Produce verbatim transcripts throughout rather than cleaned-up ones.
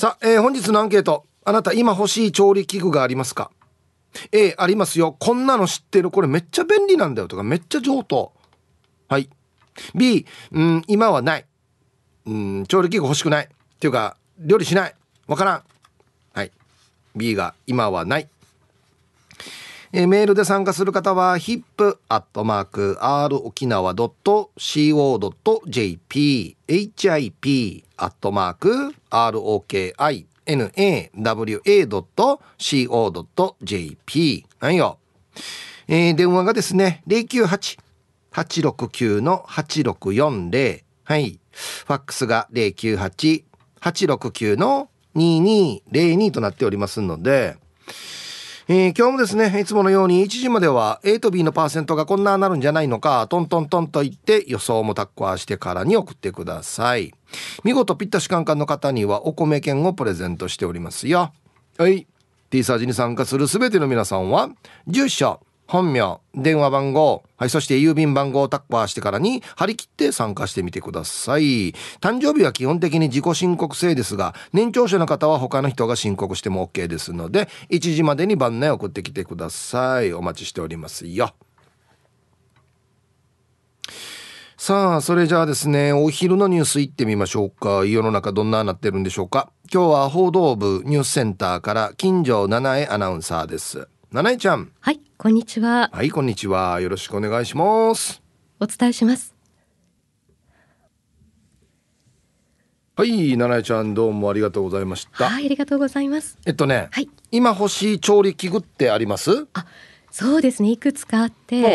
さあ、えー、本日のアンケート、あなた今欲しい調理器具がありますか？ A、ありますよ、こんなの知ってる、これめっちゃ便利なんだよとかめっちゃ上等。はい。 B、うん、今はない、うん、調理器具欲しくないっていうか料理しない、わからん。はい、 B が今はない。えー、メールで参加する方は ヒップ アットマーク アール 沖縄 ドット シーオー ドット ジェーピー ヒップ アットマーク アール オーケーアイエヌエーダブリューエー ドット シーオー ドット ジェーピー はいよ。えー、電話がですね ゼロきゅうはち はちろくきゅう はちろくよんゼロ、はい。ファックスが ゼロきゅうはち はちろくきゅう ににゼロにとなっておりますので、えー、今日もですねいつものようにいちじまでは A と B のパーセントがこんななるんじゃないのかトントントンと言って予想もタッコアしてからに送ってください。見事ピッタシカンカンの方にはお米券をプレゼントしておりますよ。はい。 T サージに参加するすべての皆さんは住所、本名、電話番号、はい、そして郵便番号をタッカーしてからに張り切って参加してみてください。誕生日は基本的に自己申告制ですが、年長者の方は他の人が申告しても OK ですので、いちじまでに番内送ってきてください。お待ちしておりますよ。さあ、それじゃあですね、お昼のニュースいってみましょうか。世の中どんななってるんでしょうか。今日は報道部ニュースセンターから金城七重アナウンサーです。七重ちゃん。 はい、こんにちは。 はい、こんにちは。よろしくお願いします。 お伝えします。 はい、七重ちゃんどうもありがとうございました。 はい、ありがとうございます。 えっとね、 はい、 今欲しい調理器具ってあります？ あ、そうですね、いくつかあって、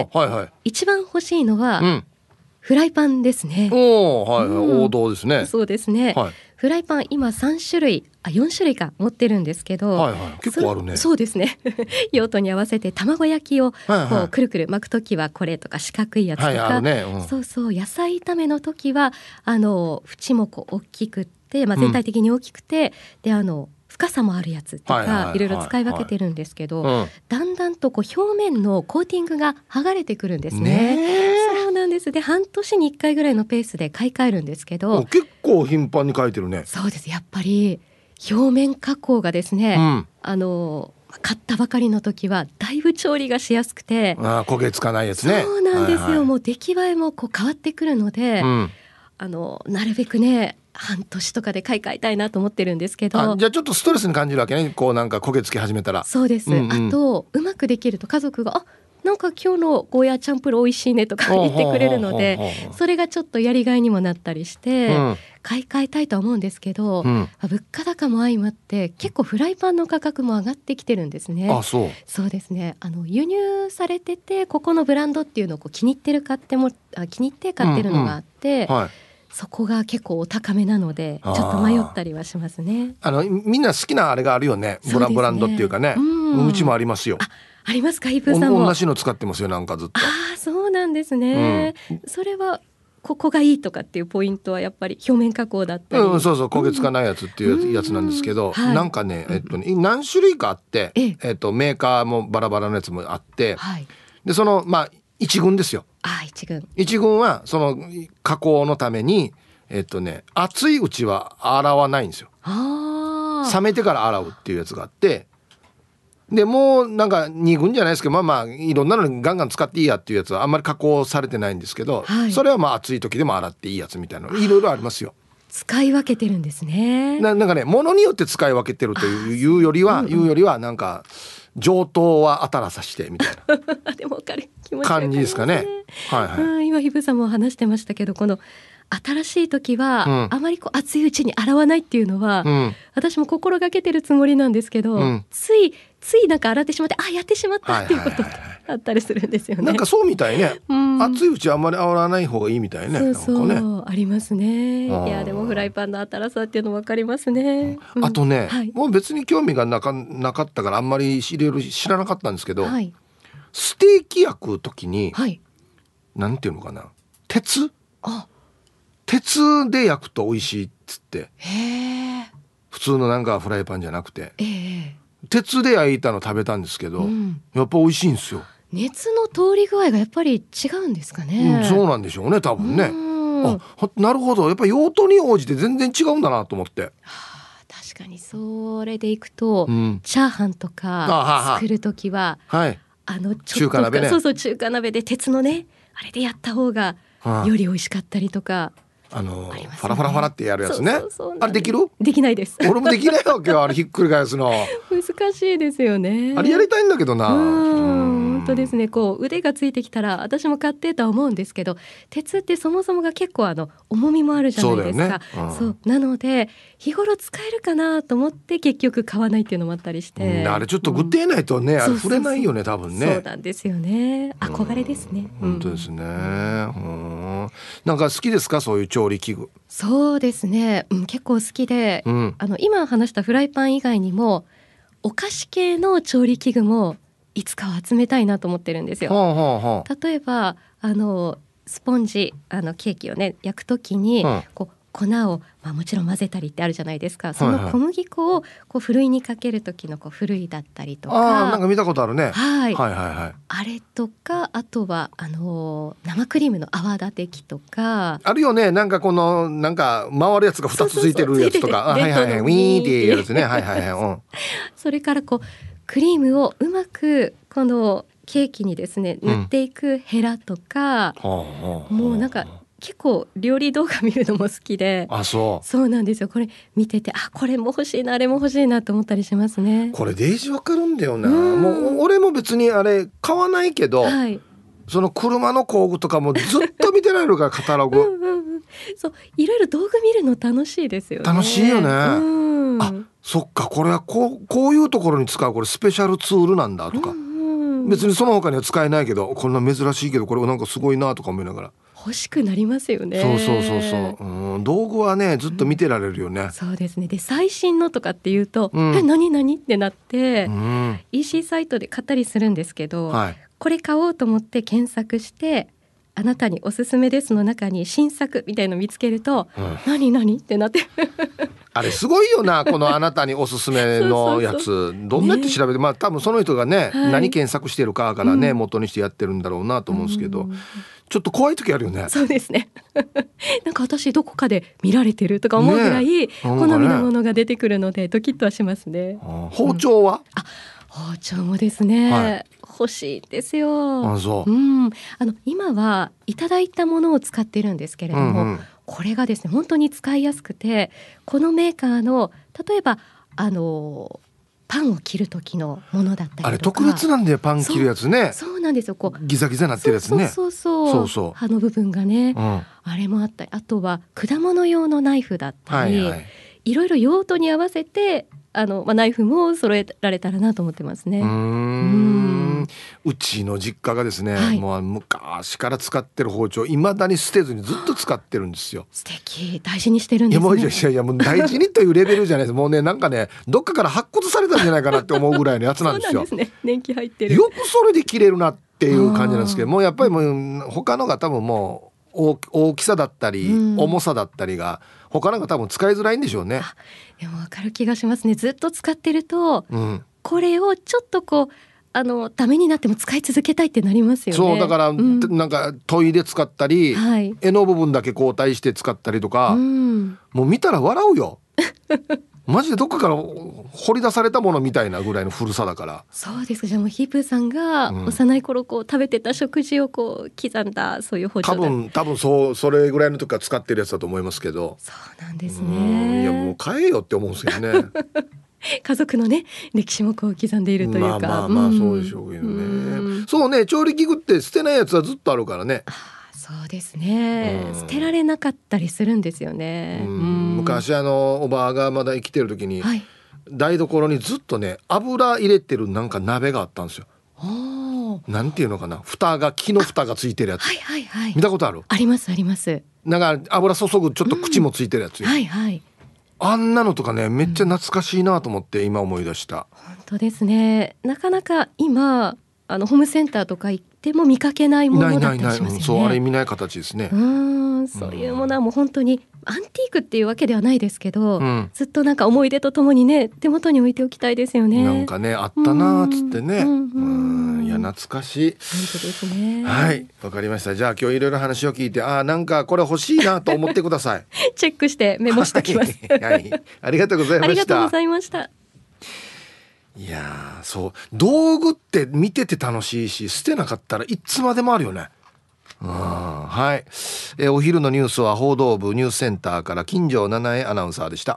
はいはい、 一番欲しいのは、 うん、 フライパンですね。 おー、はいはい、 うん、 王道ですね。 そうですね、はい、フライパン今さんしゅるい、あ、よんしゅるいか持ってるんですけど、 はいはい、結構あるね。 そ、そうですね用途に合わせて卵焼きをこう、はいはい、くるくる巻くときはこれとか四角いやつとか、はい、あるね、うん、そうそう、野菜炒めのときはあの縁もこう大きくって、まあ、全体的に大きくて、うん、であの深さもあるやつとか、はいはいはい、いろいろ使い分けてるんですけど、はいはい、だんだんとこう表面のコーティングが剥がれてくるんですね。ね、そうなんです。で半年にいっかいぐらいのペースで買い替えるんですけど、 結構頻繁に変えてるね。 そうです。やっぱり表面加工がですね、うん、あの買ったばかりの時はだいぶ調理がしやすくて、 あ、焦げつかないやつね。 そうなんですよ、はいはい、もう出来栄えもこう変わってくるので、うん、あのなるべくね半年とかで買い替えたいなと思ってるんですけど。 あ、じゃあちょっとストレスに感じるわけね、こうなんか焦げつき始めたら。 そうです、うんうん、あとうまくできると家族があ、なんか今日のゴーヤーチャンプル美味しいねとか言ってくれるので、それがちょっとやりがいにもなったりして、うん、買い替えたいとは思うんですけど、うん、物価高も相まって結構フライパンの価格も上がってきてるんですね。 あ、そう。 そうですね、あの輸入されててここのブランドっていうのをこう気に入ってる買ってもあ気に入って買ってるのがあって、うんうん、はい、そこが結構お高めなのでちょっと迷ったりはしますね。 あのみんな好きなあれがあるよね、ブラ、ブランドっていうかね、うん、うちもありますよ。 あ、ありますか、イブさんも。 同じの使ってますよ、なんかずっと。 ああ、そうなんですね、うん、それはここがいいとかっていうポイントはやっぱり表面加工だったり、 うん、そうそう、焦げつかないやつっていうやつなんですけど、うん、なんかね、えっとね、何種類かあって、ええっと、メーカーもバラバラのやつもあって、はい、でそのまあ一軍ですよ。 あ、一軍一軍はその加工のためにえっとね、熱いうちは洗わないんですよ。あ、冷めてから洗うっていうやつがあって、でもうなんかに軍じゃないですけど、まあまあいろんなのにガンガン使っていいやっていうやつはあんまり加工されてないんですけど、はい、それはまあ暑い時でも洗っていいやつみたいなのいろいろありますよ。 使い分けてるんですね。 な, なんかね、物によって使い分けてるというよりは、うんうん、いうよりはなんか上等は当たらさしてみたいなでも分かる気持ち感じですかね。はいはい、 うん、今ひぶさんも話してましたけど、この新しい時は、うん、あまりこう熱いうちに洗わないっていうのは、うん、私も心がけてるつもりなんですけど、うん、ついついなんか洗ってしまって、あ、やってしまったっていうことあったりするんですよね。 なんかそうみたいね、うん、熱いうちはあんまり洗わない方がいいみたいね。 そうそう、 なんかね、 ありますね。いやでもフライパンの新さっていうの分かりますね、 うん、あとね、はい、もう別に興味がな か, なかったからあんまりいろいろ知らなかったんですけど、はい、ステーキ焼く時に、はい、なんていうのかな、鉄あ鉄で焼くと美味しいっつって、へー、普通のなんかフライパンじゃなくて、えー、鉄で焼いたの食べたんですけど、うん、やっぱ美味しいんですよ。 熱の通り具合がやっぱり違うんですかね、 うん、そうなんでしょうね、多分ね。あ、なるほど、やっぱ用途に応じて全然違うんだなと思って。 はあ、 確かにそれでいくと、うん、チャーハンとか作るときは、 はい、 あのちょっと中華鍋ね、 そうそう中華鍋で鉄のねあれでやった方がより美味しかったりとか、 あのーね、ファラファラファラってやるやつね。そうそうそうあれできる？ できないです。 俺もできないわけよあれひっくり返すの難しいですよね。 あれやりたいんだけどな。 うん本当ですね。こう腕がついてきたら私も買ってとは思うんですけど、鉄ってそもそもが結構あの重みもあるじゃないですか。そうだよね、うん、そうなので日頃使えるかなと思って結局買わないっていうのもあったりして、 うん、あれちょっとグッてないとね、うん、あれ触れないよね多分ね。 そうなんですよね。憧れですね。 うん、本当ですね、うん、なんか好きですかそういう調理器具？ そうですね、うん、結構好きで、うん、あの今話したフライパン以外にもお菓子系の調理器具もいつかは集めたいなと思ってるんですよ。 はあはあはあ、 例えばあのスポンジあのケーキをね焼くときに、はあ、こう粉を、まあ、もちろん混ぜたりってあるじゃないですか。その小麦粉をこうふるいにかける時のこうふるいだったりとか、 あなんか見たことあるね、 はい、 はいはいはい、 あれとかあとはあの生クリームの泡立て器とかあるよね。なんかこのなんか回るやつがふたつついてるやつとか、はいはいはい、ウィーンっていうやつねはいはいはい、うん、 それからこうクリームをうまくこのケーキにですね塗っていくヘラとか、うん、もうなんか結構料理動画見るのも好きで、 あそうそうなんですよ。これ見ててあこれも欲しいなあれも欲しいなと思ったりしますね。 これデージわかるんだよな。もう俺も別にあれ買わないけど、はい、その車の工具とかもずっと見てられるからカタログうんうん、うん、 そういろいろ道具見るの楽しいですよね。 楽しいよね。 うんあそっかこれはこう、こういうところに使うこれスペシャルツールなんだとか、うんうん、別にその他には使えないけどこんな珍しいけどこれなんかすごいなとか思いながら欲しくなりますよね。 そうそうそうそう、うん、道具はねずっと見てられるよね、うん、 そうですね。で最新のとかっていうと、うん、え何何ってなって、うん、イーシー サイトで買ったりするんですけど、はい、これ買おうと思って検索してあなたにおすすめですの中に新作みたいの見つけると、うん、何何ってなってあれすごいよなこのあなたにおすすめのやつそうそうそうどんなって調べて、ね、まあ多分その人がね、はい、何検索してるかからね、うん、元にしてやってるんだろうなと思うんですけど、うん、ちょっと怖い時あるよね。 そうですねなんか私どこかで見られてるとか思うぐらい、ね、好みのものが出てくるのでドキッとはしますね。 包丁は、うん、 あ包丁もですね、はい、欲しいですよ。 あそう、 うん、あの今はいただいたものを使ってるんですけれども、うんうん、これがですね本当に使いやすくてこのメーカーの例えばあのパンを切る時のものだったりとかあれ特別なんだよパン切るやつね。 そう、そうなんですよ。こうギザギザなってるやつね。 そうそうそうそうそう刃の部分がね、うん、あれもあったりあとは果物用のナイフだったり、はいはい、いろいろ用途に合わせてあの、まあ、ナイフも揃えられたらなと思ってますね。 うーんうんうちの実家がですね、はい、もう昔から使ってる包丁未だに捨てずにずっと使ってるんですよ。 素敵大事にしてるんですね。 いやもういやいやもう大事にというレベルじゃないですもうねなんかねどっかから発掘されたんじゃないかなって思うぐらいのやつなんですよ。 そうなんですね。年季入ってる。 よくそれで切れるなっていう感じなんですけどもうやっぱりもう他のが多分もう大きさだったり、うん、重さだったりが他のが多分使いづらいんでしょうね。 でも分かる気がしますね。ずっと使ってると、 うん、 これをちょっとこうあのダメになっても使い続けたいってなりますよね。 そうだから、うん、なんか研いで使ったり、はい、柄の部分だけ交代して使ったりとか、うん、もう見たら笑うよマジでどっかから掘り出されたものみたいなぐらいの古さだから。 そうですか。じゃあもうヒープーさんが幼い頃こう食べてた食事をこう刻んだそういう包丁だ。 多分多分そうそれぐらいの時から使ってるやつだと思いますけど。 そうなんですね。 いやもう買えよって思うんですけどね家族のね歴史もこう刻んでいるというか。 まあまあまあそうでしょうけどね、うん、そうね調理器具って捨てないやつはずっとあるからね。 そうですね、捨てられなかったりするんですよね。 うん昔あのおばあがまだ生きてる時に、はい、台所にずっとね油入れてるなんか鍋があったんですよ。なんていうのかな蓋が木の蓋がついてるやつ、 はいはいはい、 見たことある？ ありますあります。 なんか油注ぐちょっと口もついてるやつ、 うん、はいはい、 あんなのとかねめっちゃ懐かしいなと思って今思い出した、 うん、本当ですね。なかなか今あのホームセンターとか行っても見かけないものだったりしますよね。ないないない、うん、 そうあれ見ない形ですね。 うーんそういうものはもう本当にアンティークっていうわけではないですけど、うん、ずっとなんか思い出とともにね手元に置いておきたいですよね。 なんかねあったなーっつってね、うんうんうん、いやや懐かしい。 本当ですね。 はい、わかりました。じゃあ今日いろいろ話を聞いて、あーなんかこれ欲しいなと思ってくださいチェックしてメモしてきます、 はい、はい、ありがとうございました。 ありがとうございました。 いやー、そう道具って見てて楽しいし、捨てなかったらいつまでもあるよね。うん、はい、えー、お昼のニュースは報道部ニュースセンターから金城七重アナウンサーでした。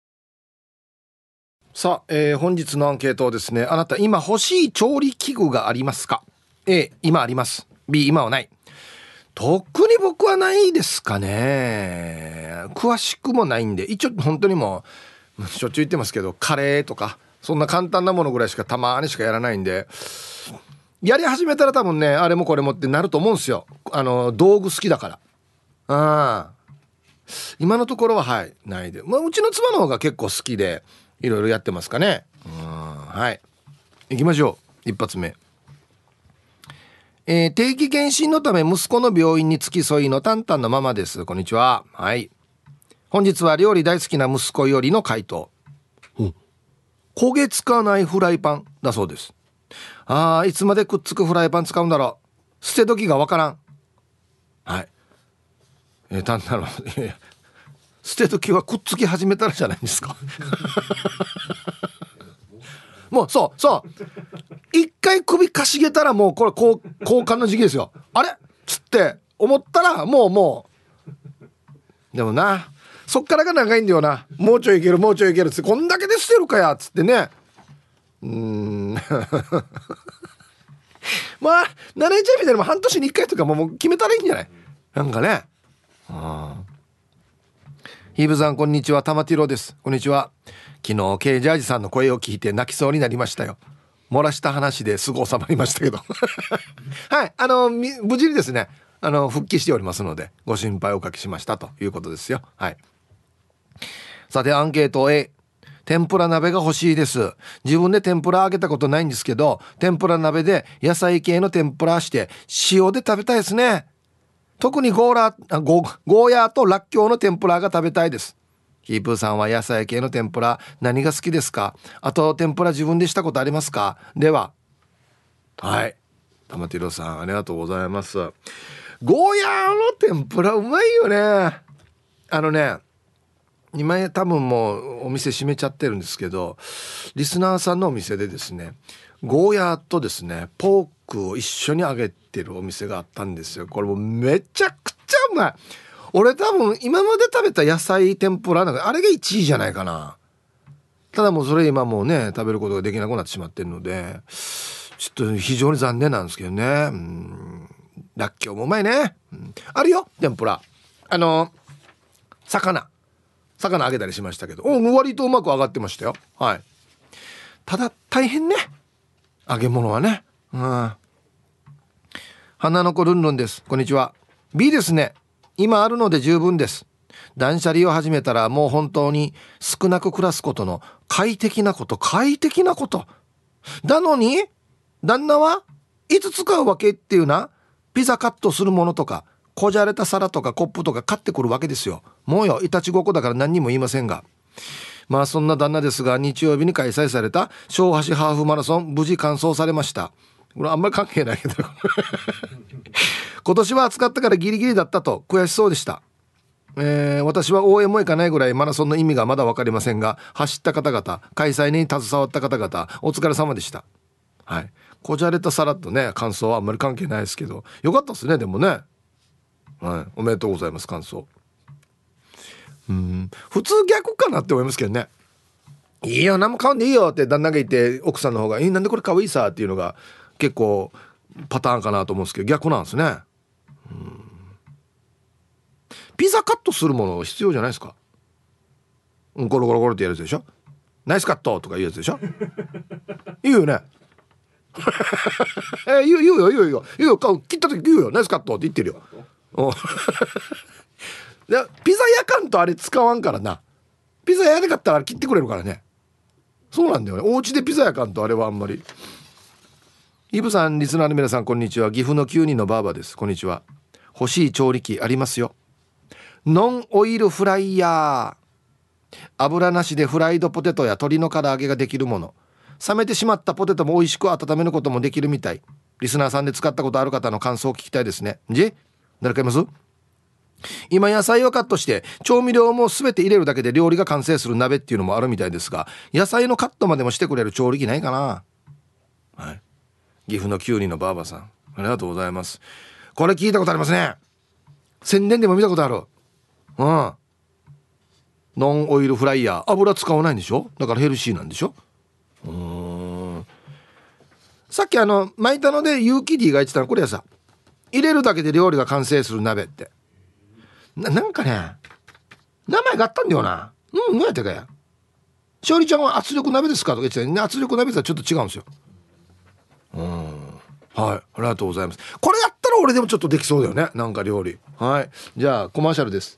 さあ、えー、本日のアンケートをですね、あなた今欲しい調理器具がありますか？ A 今あります、 B 今はない。特に僕はないですかね。詳しくもないんで、一応本当にもうしょっちゅう言ってますけど、カレーとかそんな簡単なものぐらいしかたまにしかやらないんで、やり始めたら多分ね、あれもこれもってなると思うんですよ。あの道具好きだから。あ今のところははいないで、まあ、うちの妻の方が結構好きでいろいろやってますかね。うん、はい、行きましょう。一発目、えー、定期検診のため息子の病院に付き添いのタンタンのママです。こんにちは。はい、本日は料理大好きな息子よりの回答。焦げつかないフライパンだそうです。あーいつまでくっつくフライパン使うんだろう、捨て時がわからん。はい、えー、タンタンの捨て時はくっつき始めたらじゃないんですかもうそうそう一回首かしげたらもうこれ交交換の時期ですよ。あれっつって思ったらもうもうでもな、そっからが長いんだよな。もうちょいいけるもうちょいいけるっつって、こんだけで捨てるかやっつってね。うーんまあナレちゃんみたいにも半年にいっかいとかもう決めたらいいんじゃない、なんかね。あヒーブさんこんにちは、玉ティロです。こんにちは。昨日ケイジャージさんの声を聞いて泣きそうになりましたよ。漏らした話ですぐ収まりましたけどはい、あの無事にですね、あの復帰しておりますのでご心配おかけしましたということですよ。はい、さてアンケート A、 天ぷら鍋が欲しいです。自分で天ぷら揚げたことないんですけど、天ぷら鍋で野菜系の天ぷらして塩で食べたいですね。特にゴーラーゴゴーヤーとラッキョウの天ぷらが食べたいです。ヒープーさんは野菜系の天ぷら何が好きですか？あと天ぷら自分でしたことありますか？では、はい、玉ティロさんありがとうございます。ゴーヤーの天ぷらうまいよね。あのね、今多分もうお店閉めちゃってるんですけど、リスナーさんのお店でですね、ゴーヤーとですねポークを一緒に揚げてるお店があったんですよ。これもめちゃくちゃうまい。俺多分今まで食べた野菜天ぷらなんかあれがいちいじゃないかな。ただもうそれ今もうね食べることができなくなってしまってるのでちょっと非常に残念なんですけどね。うん、らっきょうもうまいね、うん、あるよ天ぷら。あの魚魚揚げたりしましたけど、お割とうまく揚がってましたよ。はい、ただ大変ね揚げ物はね。うん、花の子ルンルンです。こんにちは。 B ですね。今あるので十分です。断捨離を始めたらもう本当に少なく暮らすことの快適なこと快適なことだのに、旦那はいつ使うわけっていうな、ピザカットするものとかこじゃれた皿とかコップとか買ってくるわけですよ。もうよいたちごっこだから何にも言いませんが、まあそんな旦那ですが、日曜日に開催された小橋ハーフマラソン無事完走されました。これあんまり関係ないけど今年は暑かったからギリギリだったと悔しそうでした。えー、私は応援も行かないぐらいマラソンの意味がまだ分かりませんが、走った方々開催に携わった方々お疲れ様でした。はい、こじゃれた皿とね感想はあんまり関係ないですけどよかったですね。でもね、はい、おめでとうございます感想。うん、普通逆かなって思いますけどね。いいよ何も買うんでいいよって旦那が言って奥さんの方がえなんでこれ可愛いさっていうのが結構パターンかなと思うんですけど逆なんですね。うん、ピザカットするもの必要じゃないですか。うん、ゴロゴロゴロってやるやつでしょ。ナイスカットとか言うやつでしょ言うよねえ言う言うよ言うよ言うよ切った時言うよナイスカットって言ってるよでピザ屋かんとあれ使わんからな。ピザ屋で買ったらあれ切ってくれるからね。そうなんだよね。お家でピザ屋かんとあれはあんまり。イブさんリスナーの皆さんこんにちは。岐阜のきゅうにんのバーバです。こんにちは。欲しい調理器ありますよ。ノンオイルフライヤー、油なしでフライドポテトや鶏の唐揚げができるもの。 冷めてしまったポテトも美味しく温めることもできるみたい。リスナーさんで使ったことある方の感想を聞きたいですね。じ誰かいます？今野菜をカットして調味料も全て入れるだけで料理が完成する鍋っていうのもあるみたいですが、野菜のカットまでもしてくれる調理器ないかな。はい、岐阜のきゅうりのばあばさん、ありがとうございます。これ聞いたことありますね。宣伝でも見たことある。うん。ノンオイルフライヤー、油使わないんでしょ、だからヘルシーなんでしょ。うーん、さっきあの巻いたのでユーキディが言ってたのこれはさ、入れるだけで料理が完成する鍋ってな、なんかね名前があったんだよな。うん、何やってかや。しおりちゃんは圧力鍋ですかとか言ってたね。圧力鍋とはちょっと違うんですよ。うん、はい、ありがとうございます。これやったら俺でもちょっとできそうだよね、なんか料理。はい、じゃあコマーシャルです。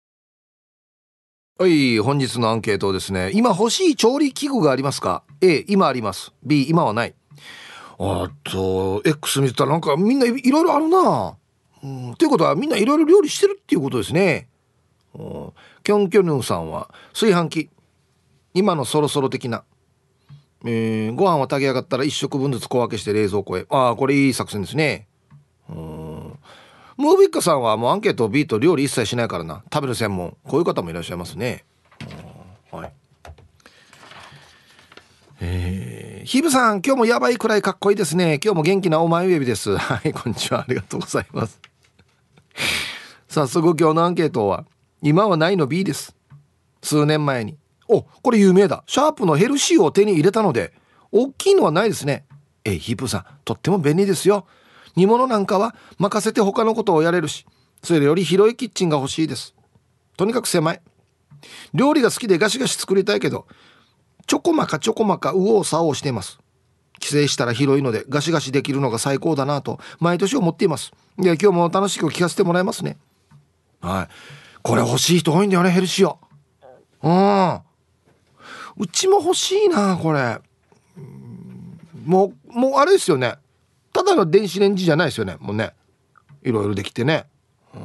はい、本日のアンケートですね。今欲しい調理器具がありますか？ A、今あります。 B、今はない。あと X 見てたらなんかみんないろいろあるな。うん、ということはみんないろいろ料理してるっていうことですね。うん、キョンキョヌンさんは炊飯器、今のそろそろ的な、えー、ご飯は炊き上がったらいっ食分ずつ小分けして冷蔵庫へ。ああ、これいい作戦ですね。うん、ムービッカさんはもうアンケート B と料理一切しないからな、食べる専門、こういう方もいらっしゃいますね。はい、えー、ヒブさん今日もやばいくらいかっこいいですね。今日も元気なお前ウェビです。はい、こんにちは、ありがとうございます。早速今日のアンケートは今はないの B です。数年前に、お、これ有名だ、シャープのヘルシーを手に入れたので大きいのはないですね。えー、ヒープさんとっても便利ですよ。煮物なんかは任せて他のことをやれるし、それより広いキッチンが欲しいです。とにかく狭い。料理が好きでガシガシ作りたいけどちょこまかちょこまか右往左往しています。帰省したら広いのでガシガシできるのが最高だなと毎年思っています。いや、今日も楽しく聞かせてもらいますね。はい、これ欲しい人多いんだよね、ヘルシオ。うん、うちも欲しいなこれ。もうもうあれですよね、ただの電子レンジじゃないですよね、もうね、いろいろできてね。うん、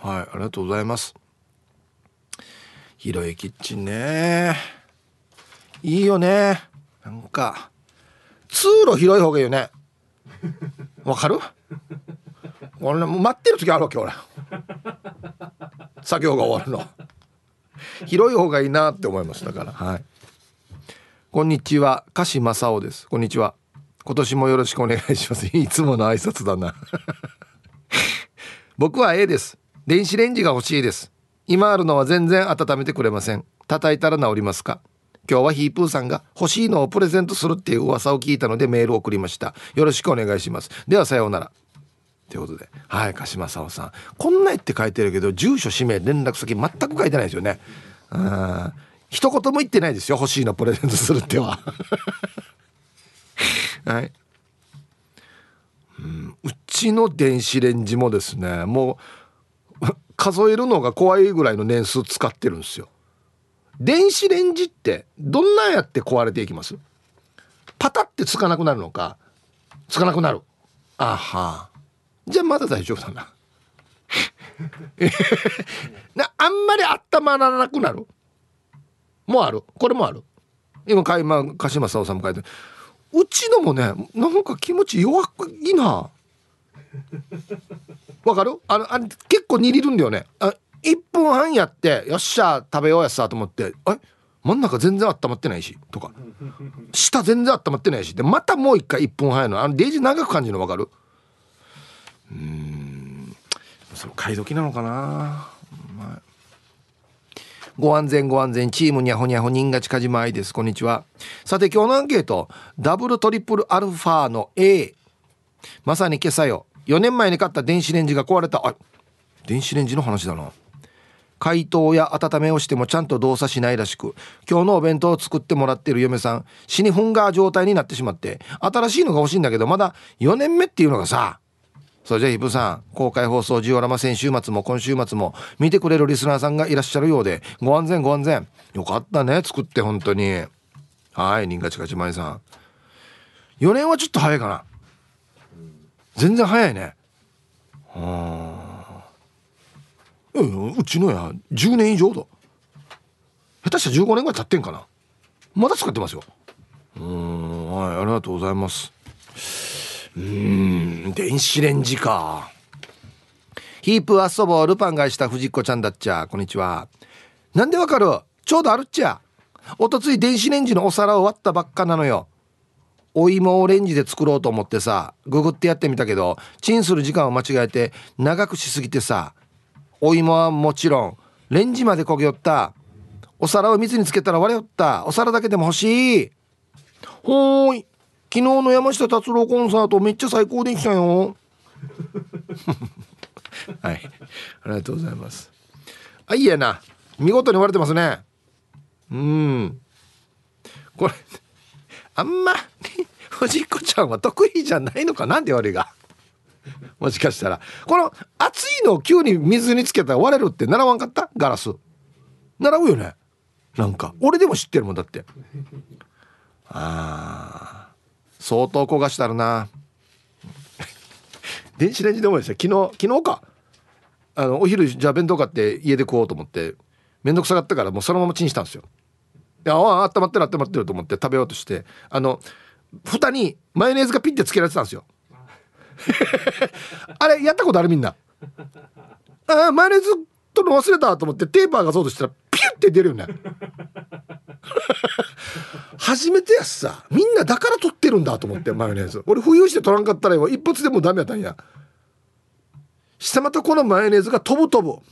はい、ありがとうございます。広いキッチンね、いいよね。なんか通路広い方がいいよね。わかる？俺もう待ってる時あるわけ、俺作業が終わるの。広い方がいいなって思います。だから、はい、こんにちは、鹿島正夫です。こんにちは、今年もよろしくお願いします。いつもの挨拶だな。僕は A です。電子レンジが欲しいです。今あるのは全然温めてくれません。叩いたら治りますか？今日はヒープーさんが欲しいのをプレゼントするっていう噂を聞いたのでメールを送りました。よろしくお願いします。ではさようならということで、はい、鹿島沙央さん、こんなって書いてるけど住所氏名連絡先全く書いてないですよね。あ、一言も言ってないですよ、欲しいのプレゼントするっては。はい、うん、うちの電子レンジもですね、もう数えるのが怖いぐらいの年数使ってるんですよ。電子レンジってどんなやって壊れていきます？パタってつかなくなるのか、つかなくなる。あは、じゃあまだ大丈夫だな。な、あんまり温まらなくなるもある。これもある。今かい、まあ、鹿島沙央さんも書いてる。うちのもね、なんか気持ち弱いな。わかる？あの、あれ結構握るんだよね。あ、いっぷんはんやってよっしゃ食べようやさと思って、あれ真ん中全然温まってないしとか、下全然温まってないしで、またもう一回いっぷんはんやの、あのデージ長く感じるのわかる？うーん、その買い時なのかな、まあ、ご安全ご安全、チームにゃほにゃほ人が近島愛です。こんにちは。さて今日のアンケート、ダブルトリプルアルファの A。 まさに今朝よ、よねんまえに買った電子レンジが壊れた。あ、電子レンジの話だな。解凍や温めをしてもちゃんと動作しないらしく、今日のお弁当を作ってもらっている嫁さん、死にフンガー状態になってしまって、新しいのが欲しいんだけどまだよねんめっていうのがさ。それじゃあヒブさん、公開放送ジオラマ先週末も今週末も見てくれるリスナーさんがいらっしゃるようで、ご安全ご安全。よかったね、作って本当に。はい、人がちかちまいさん、よねんはちょっと早いかな。全然早いね。はあ、うん、うちのやじゅうねん以上だ。下手したらじゅうごねんぐらい経ってんかな。まだ使ってますよ。うはい、ありがとうございます。うーん、電子レンジか。ヒープアッソボルパンがした藤子ちゃんだっちゃ。こんにちは。なんでわかる？ちょうどあるっちゃ。おとつい電子レンジのお皿を割ったばっかなのよ。お芋をレンジで作ろうと思ってさ、ググってやってみたけど、チンする時間を間違えて長くしすぎてさ、お芋はもちろんレンジまで焦げよった。お皿を水につけたら割れよった。お皿だけでも欲しい。ほーい、昨日の山下達郎コンサートめっちゃ最高できたよ。はい、ありがとうございます。あ、いいやな、見事に割れてますね。うん、これあんま藤子ちゃんは得意じゃないのかなんで割れが。もしかしたらこの熱いのを急に水につけたら割れるって習わんかった？ガラス習うよね。なんか俺でも知ってるもんだって。あー、相当焦がしたるな。電子レンジで思いました。昨日昨日か、あのお昼じゃあ弁当買って家で食おうと思ってめんどくさがったからもうそのままチンしたんですよ。いや、あ温まってる温まってると思って食べようとして、あの蓋にマヨネーズがピッてつけられてたんですよ。あれやったことある？みんな。あ、マヨネーズ取るの忘れたと思ってテーパーがそうとしたらピュッて出るよね。初めてやしさ、みんなだから取ってるんだと思って。マヨネーズ俺浮遊して取らんかったら一発でもうダメやったんや。下またこのマヨネーズが飛ぶ飛ぶ。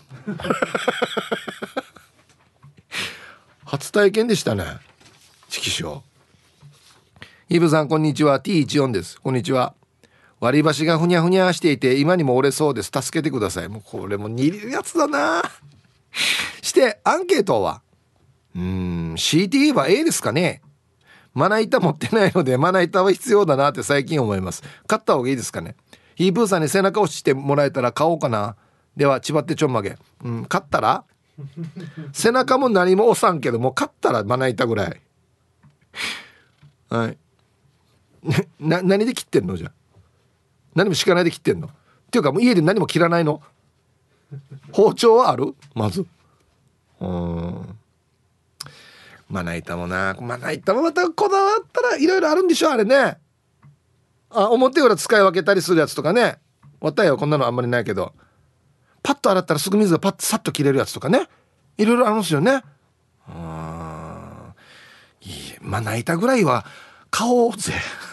初体験でしたね。チキショー。イブさんこんにちは。 ティーじゅうよん です。こんにちは。割り箸がふにゃふにゃしていて今にも折れそうです。助けてください。もうこれも煮るやつだな。してアンケートはうーん シーティー 言えば A ですかね。まな板持ってないのでまな板は必要だなって最近思います。買った方がいいですかね。ヒープーさんに背中押してもらえたら買おうかな。では千葉ってちょんまげ、うん、買ったら背中も何も押さんけども買ったらまな板ぐらい。はい。な何で切ってんの？じゃあ何も敷かないで切ってんのっていうかもう家で何も切らないの？包丁はある？まずうーん、まな板もな、まな板もまたこだわったらいろいろあるんでしょあれね。あ、表裏使い分けたりするやつとかね。わったよ、こんなのあんまりないけどパッと洗ったらすぐ水がパッとさっと切れるやつとかね、いろいろあるんですよね。あー、いい、まな板ぐらいは買おうぜ。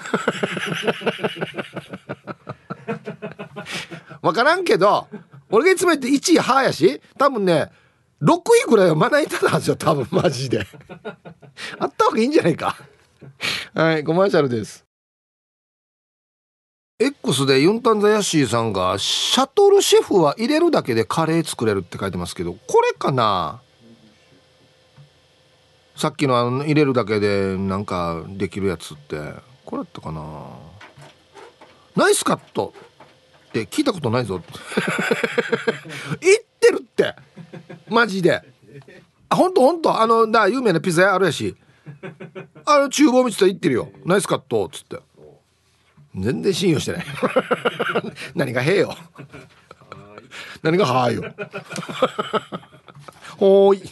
分からんけど俺がいつも言っていちい歯やし、多分ねろくいぐらいはまな板なんですよ多分。マジであった方がいいんじゃないか。はい、コマーシャルです。 X でユンタンザヤッシーさんがシャトルシェフは入れるだけでカレー作れるって書いてますけど、これかな。さっきのあの入れるだけでなんかできるやつってこれだったかな。ナイスカットって聞いたことないぞ。言ってるってマジで。あ、ほんとほんと、あのだ有名なピザ屋あるやし、あの厨房見てたら言ってるよ、ナイスカットっつって。全然信用してない。何がへえよ。何がはーよ。ほーい。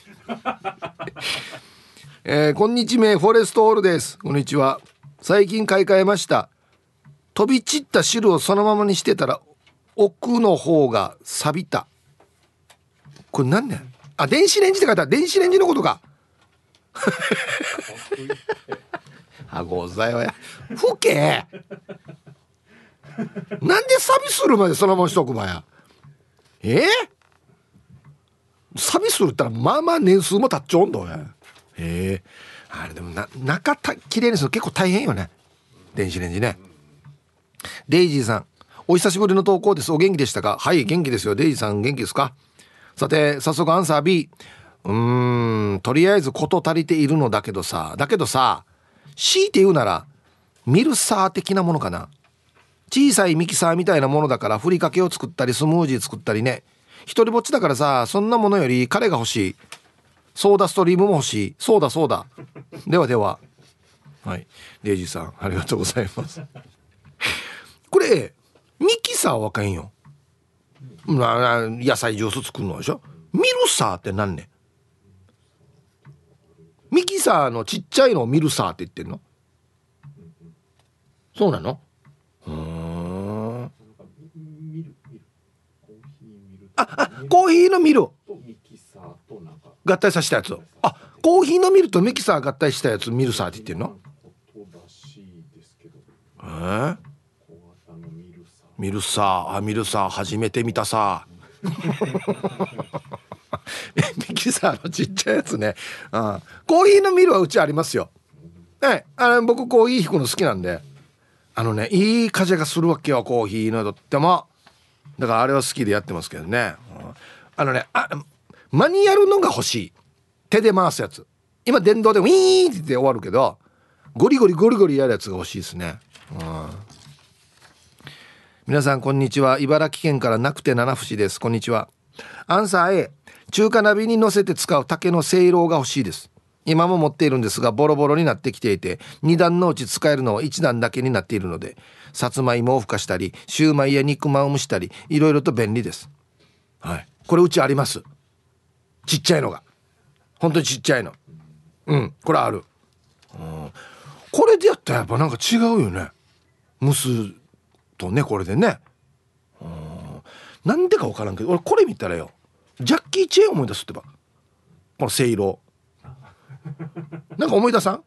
えー、こんにちは、フォレストオールです。こんにちは。最近買い替えました。飛び散った汁をそのままにしてたら奥の方が錆びた。これ何ねん。あ、電子レンジって書いてある。電子レンジのことか。あ、ございはやふけ。なんで錆びするまでそのまましとくばや。えー、錆びするったらまあまあ年数も経っちゃうんだよ。えー、あれでもな中たきれいにするの結構大変よね、電子レンジね。デイジーさんお久しぶりの投稿です。お元気でしたか？はい、元気ですよ。デイジーさん元気ですか？さて早速アンサー B。 うーん、とりあえず事足りているのだけどさだけどさ強いて言うならミルサー的なものかな。小さいミキサーみたいなものだからふりかけを作ったりスムージー作ったりね。一人ぼっちだからさ、そんなものより彼が欲しい。ソーダストリームも欲しい。そうだそうだ。ではでは。はい、デイジーさんありがとうございます。これミキサーはかんよ。な野菜ジュース作るのでしょ。ミルサーって何ね。ミキサーのちっちゃいのをミルサーって言ってんの。 そうなの？うーん。ああ、コーヒーのミル合体させたやつ。あ、コーヒーのミルとミキサー合体したやつミルサーって言ってんの？えー、ミルサー、あ、ミルサー初めて見たさ。ミキサーのちっちゃいやつね。あ、コーヒーのミルはうちありますよ。はい、あの僕コーヒー引くの好きなんで、あのね、いい風がするわけよ、コーヒーのとっても。だからあれは好きでやってますけどね。あのね、あ、マニュアルのが欲しい。手で回すやつ。今電動でウィーンって言って終わるけど、ゴリゴリゴリゴリやるやつが欲しいですね。うん、皆さんこんにちは。茨城県からなくて七節です。こんにちは。アンサー A、 中華鍋に乗せて使う竹のせいろが欲しいです。今も持っているんですがボロボロになってきていて、に段のうち使えるのはいち段だけになっているので、さつまいもをふかしたりシューマイや肉まんを蒸したりいろいろと便利です。はい、これうちあります。ちっちゃいのが、本当にちっちゃいの。うん、これある。うん、これでやったらやっぱなんか違うよね、蒸すとね、これでね。うん、なんでか分からんけど、俺これ見たらよ、ジャッキー・チェーン思い出すってば、このせいろなんか思い出さん？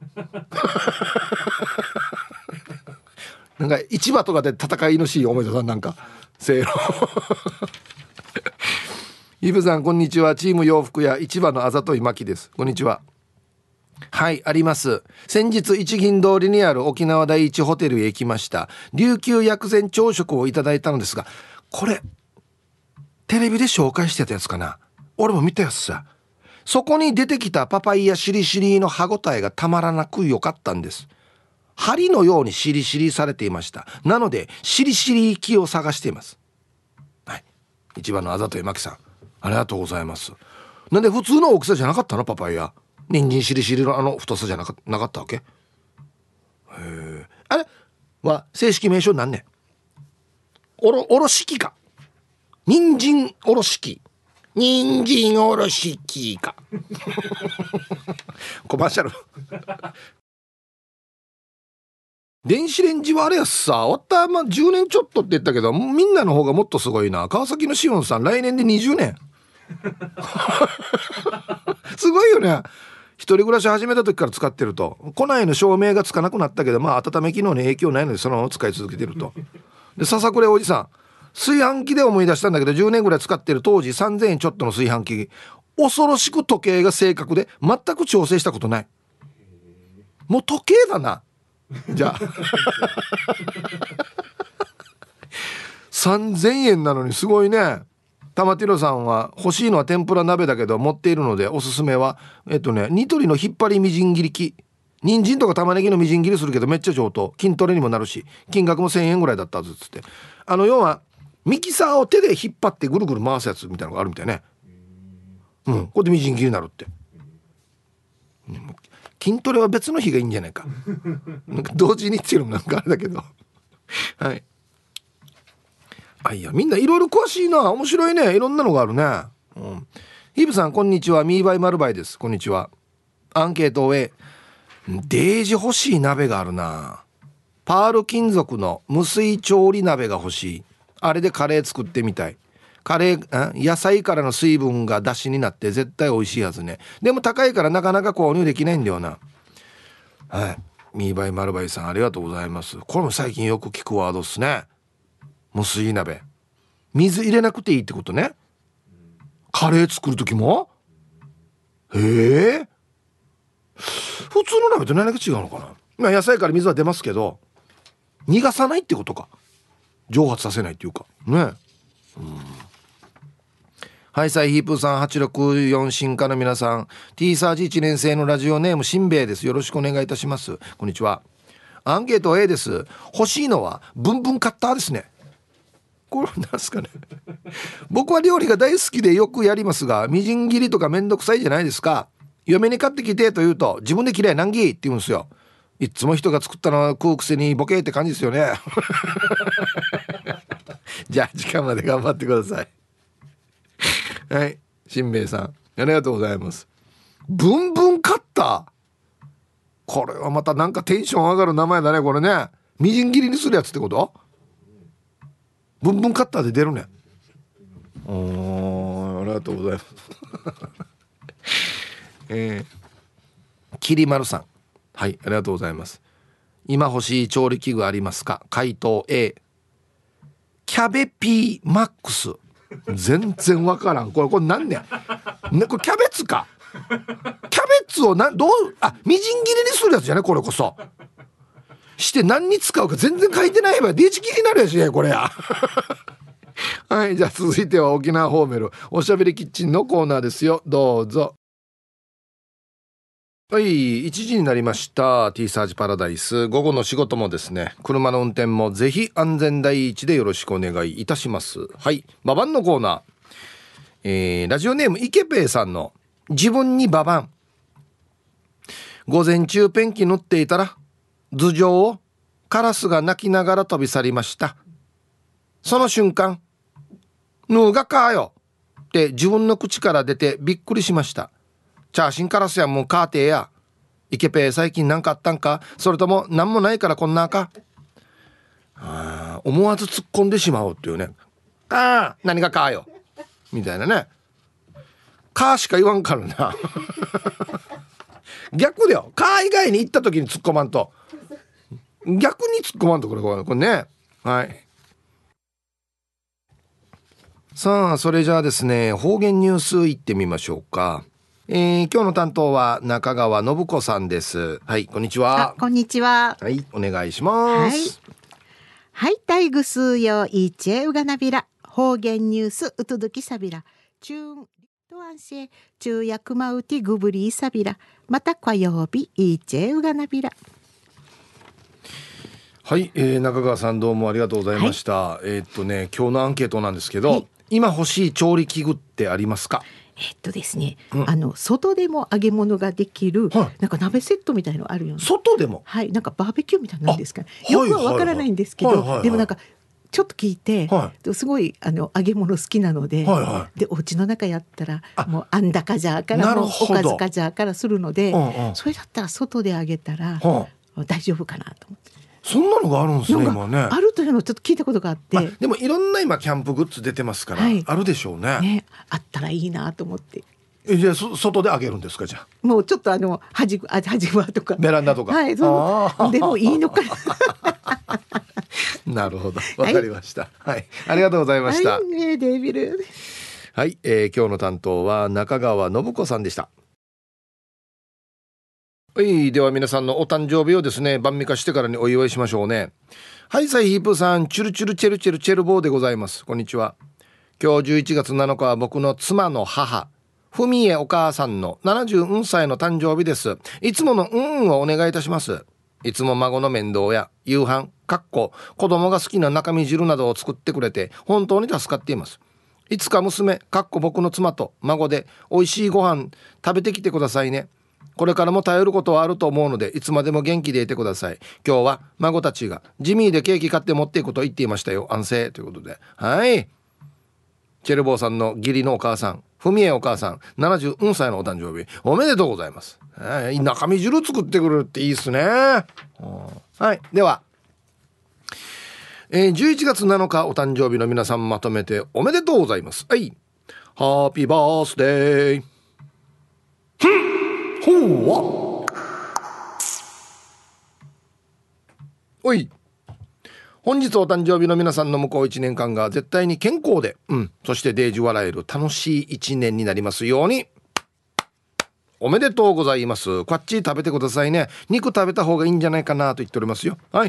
なんか市場とかで戦いのシーン思い出さん？なんかせいろ。イブさんこんにちは。チーム洋服屋市場のあざといまきです。こんにちは。はい、あります。先日一銀通りにある沖縄第一ホテルへ行きました。琉球薬膳朝食をいただいたのですが、これテレビで紹介してたやつかな。俺も見たやつさ。そこに出てきたパパイヤしりしりの歯ごたえがたまらなく良かったんです。針のようにしりしりされていました。なのでしりしり木を探しています。はい、一番のあざといまきさん、ありがとうございます。なんで普通の大きさじゃなかったの？パパイヤ人参しりしりのあの太さじゃなか、なかったわけ？へえ。あれは正式名称なんね？おろおろし器か、人参おろし器、人参おろし器か。コマーシャル。電子レンジはあれやっさ、終わったまあじゅうねんちょっとって言ったけど、みんなの方がもっとすごいな。川崎のしおんさん来年でにじゅうねん。すごいよね。一人暮らし始めた時から使ってると、庫内の照明がつかなくなったけど、まあ温め機能に影響ないのでそのまま使い続けてると。で笹倉おじさん、炊飯器で思い出したんだけど、じゅうねんぐらい使ってる当時さんぜんえんちょっとの炊飯器、恐ろしく時計が正確で全く調整したことない。もう時計だなじゃあ。さんぜんえんなのにすごいね。玉ティロさんは欲しいのは天ぷら鍋だけど持っているのでおすすめはえっとねニトリの引っ張りみじん切り機。人参とか玉ねぎのみじん切りするけどめっちゃ上等、筋トレにもなるし金額もせんえんぐらいだったずつって。あの要はミキサーを手で引っ張ってぐるぐる回すやつみたいなのがあるみたいね。うん、これでみじん切りになるって。筋トレは別の日がいいんじゃないか。なんか同時にっていうのもなんかあれだけど。はい。あ、いやみんないろいろ詳しいな。面白いね。いろんなのがあるね。うん、ヒブさんこんにちは。ミーバイマルバイです。こんにちは。アンケートを終え、デージ欲しい鍋があるな。パール金属の無水調理鍋が欲しい。あれでカレー作ってみたい。カレー野菜からの水分が出汁になって絶対美味しいはずね。でも高いからなかなか購入できないんだよな。はい、ミーバイマルバイさんありがとうございます。これも最近よく聞くワードっすね。無水鍋、水入れなくていいってことね。カレー作る時もへえ、普通の鍋と何が違うのかな。まあ野菜から水は出ますけど逃がさないってことか、蒸発させないっていうかね。うん、はい、サイヒープーさんはちろくよん進化の皆さん、 T サージいちねん生のラジオネームしんべヱです。よろしくお願いいたします。こんにちは。アンケート A です。欲しいのはブンブンカッターですね。これなんすかね。僕は料理が大好きでよくやりますが、みじん切りとかめんどくさいじゃないですか。嫁に買ってきてと言うと自分で嫌い難儀って言うんですよ。いつも人が作ったのは食うくせにボケって感じですよね。じゃあ時間まで頑張ってください。はい、しんべヱさんありがとうございます。ブンブンカッター、これはまたなんかテンション上がる名前だねこれね。 みじん切りにするやつってこと？ブンブンカッターで出るね。おー、ありがとうございますえー、きりまるさん、はい、ありがとうございます。今欲しい調理器具ありますか？回答 A、 キャベピーマックス。全然わからん。これこれ何ねん、ね、これキャベツか。キャベツをな、どう、あ、みじん切りにするやつじゃね、これこそ。して何に使うか全然書いてないわ。デーチ切りになるやしね、これやはい、じゃあ続いては沖縄ホーメルおしゃべりキッチンのコーナーですよ。どうぞ。はい、いちじになりました。 T サージパラダイス、午後の仕事もですね、車の運転もぜひ安全第一でよろしくお願いいたします。はい、ババンのコーナー、えー、ラジオネームイケペイさんの自分にババン。午前中ペンキ塗っていたら頭上をカラスが鳴きながら飛び去りました。その瞬間、ぬーがかーよって自分の口から出てびっくりしました。チャーシンカラスやもうカーテーや。イケペイ最近なんかあったんか、それともなんもないからこんなか。あ、思わず突っ込んでしまうっていうね。ああ、何がかーよみたいなね。カーしか言わんからな逆だよ、カー以外に行った時に突っ込まんと、逆に突っ込まんとこれこれこれね。はい、さあそれじゃあですね、方言ニュースいってみましょうか。えー、今日の担当は中川信子さんです。はい、こんにちは。 こんにちは。 はい、お願いします。 はい、はい、タイグスーヨーイチェウガナビラ方言ニュースウトドキサビラチューンリトアンシェチューヤクマウティグブリーサビラまた火曜日イチェウガナビラ。 はい、えー、中川さんどうもありがとうございました。はい、えー、っとね今日のアンケートなんですけど、はい、今欲しい調理器具ってありますか？ えっとですね、うん、あの外でも揚げ物ができる、はい、なんか鍋セットみたいのあるよね。 外でも、 はい、なんかバーベキューみたいなんですかね。よくはわからないんですけど、はいはいはい、でもなんかちょっと聞いて、はい、すごいあの揚げ物好きなので、はいはい、でお家の中やったらもうあんだかじゃからもうおかずかじゃからするので、うんうん、それだったら外で揚げたら、はあ、大丈夫かなと思って。 そんなのがあるんですね今ね。 あるというのをちょっと聞いたことがあって、まあ、 でもいろんな今キャンプグッズ出てますから、はい、あるでしょう ね, ね。あったらいいなと思って。 え、じゃあ外で揚げるんですか？じゃあもうちょっとあの端端はとかベランダとか、 はい、そうでもいいのかなるほど、わかりました、はいはい、ありがとうございました、 はい、デビルはい、えー、今日の担当は中川信子さんでした。はい、では皆さんのお誕生日をですね晩御飯してからにお祝いしましょうね。はい、サイヒープさん、チュルチュルチェルチェルチェルボーでございます。こんにちは。今日じゅういちがつなのかは僕の妻の母ふみえお母さんのななじゅうよんさいの誕生日です。いつものうんをお願いいたします。いつも孫の面倒や夕飯かっこ子供が好きな中身汁などを作ってくれて本当に助かっています。いつか娘かっこ僕の妻と孫で美味しいご飯食べてきてくださいね。これからも頼ることはあると思うのでいつまでも元気でいてください。今日は孫たちがジミーでケーキ買って持っていくと言っていましたよ。安静ということで、はい、チェルボーさんの義理のお母さんふみえお母さんななじゅうよんさいのお誕生日おめでとうございます。えー、中身汁作ってくれるっていいですね。はい、では、えー、じゅういちがつなのかお誕生日の皆さんまとめておめでとうございます。はい、ハッピーバースデー。ほうわおい、本日お誕生日の皆さんの向こういちねんかんが絶対に健康で、うん、そしてデージ笑える楽しいいちねんになりますように。おめでとうございます。こっち食べてくださいね。肉食べた方がいいんじゃないかなと言っておりますよ。はい、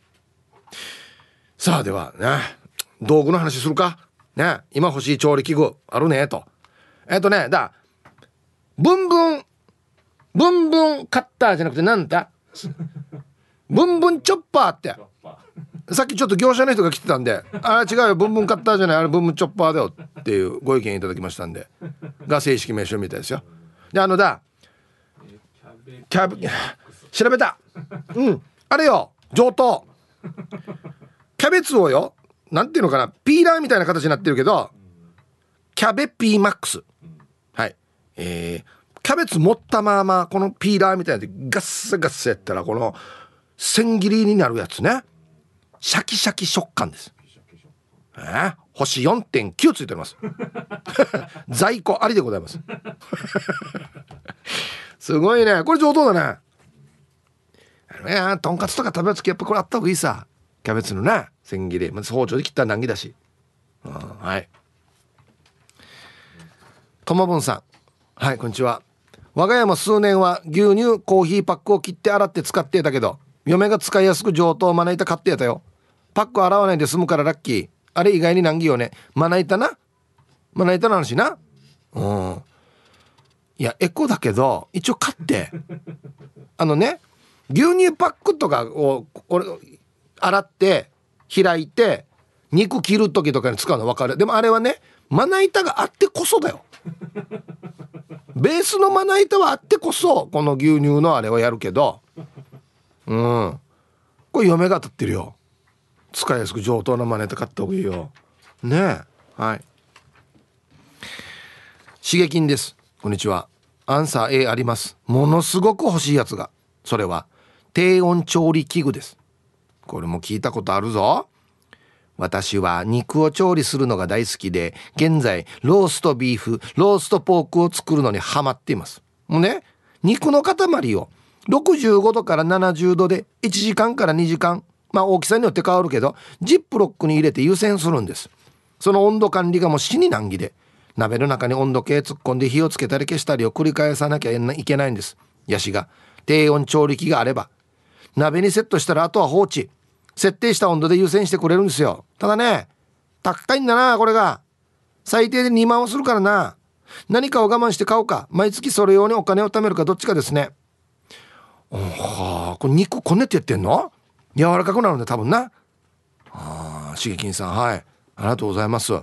さあではね、道具の話するかね。今欲しい調理器具あるねと。えっとねだブンブンブンブンカッターじゃなくてなんだブンブンチョッパーってさっきちょっと業者の人が来てたんで、あ違うよブンブンカッターじゃない、あれブンブンチョッパーだよっていうご意見いただきましたんでが正式名称みたいですよ。であのだキャベ調べた、うんあれよ上等キャベツをよなんていうのかなピーラーみたいな形になってるけどキャベピーマックス、はい、えーキャベツ持ったままこのピーラーみたいなでガッサガッサやったらこの千切りになるやつね。シャキシャキ食感です。えー、星 よんてんきゅう ついております在庫ありでございますすごいね、これ上等だね。あのとんかつとか食べるときやっぱこれあった方がいいさ。キャベツのね千切り、まず包丁で切ったら難儀だし、うん、はい。ともぶんさん、はい、こんにちは。我が家も数年は牛乳コーヒーパックを切って洗って使ってたけど、嫁が使いやすく上等まな板買ってやったよ。パック洗わないで済むからラッキー。あれ意外に難儀よね。まな板なまな板の話な。うん、いやエコだけど一応買ってあのね、牛乳パックとかを俺洗って開いて肉切る時とかに使うの分かる。でもあれはねまな板があってこそだよベースのまな板はあってこそこの牛乳のあれをやるけど、うんこれ嫁が当たってるよ。使いやすく上等なまな板買った方がいいよねえ。はい。しげきんです。こんにちは。アンサー A あります。ものすごく欲しいやつが、それは低温調理器具です。これも聞いたことあるぞ。私は肉を調理するのが大好きで、現在ローストビーフ、ローストポークを作るのにハマっています。もうね、肉の塊をろくじゅうごどからななじゅうどでいちじかんからにじかん、まあ大きさによって変わるけどジップロックに入れて湯煎するんです。その温度管理がもう死に難儀で、鍋の中に温度計突っ込んで火をつけたり消したりを繰り返さなきゃいけないんです。ヤシが低温調理器があれば鍋にセットしたらあとは放置、設定した温度で湯煎してくれるんですよ。ただね高いんだな、これが最低でにまんはするからな。何かを我慢して買うか毎月それ用にお金を貯めるかどっちかですね。はあ、これ肉こねってやってんの？柔らかくなるんだ多分な。ああ、しげきんさん、はい、ありがとうございます。う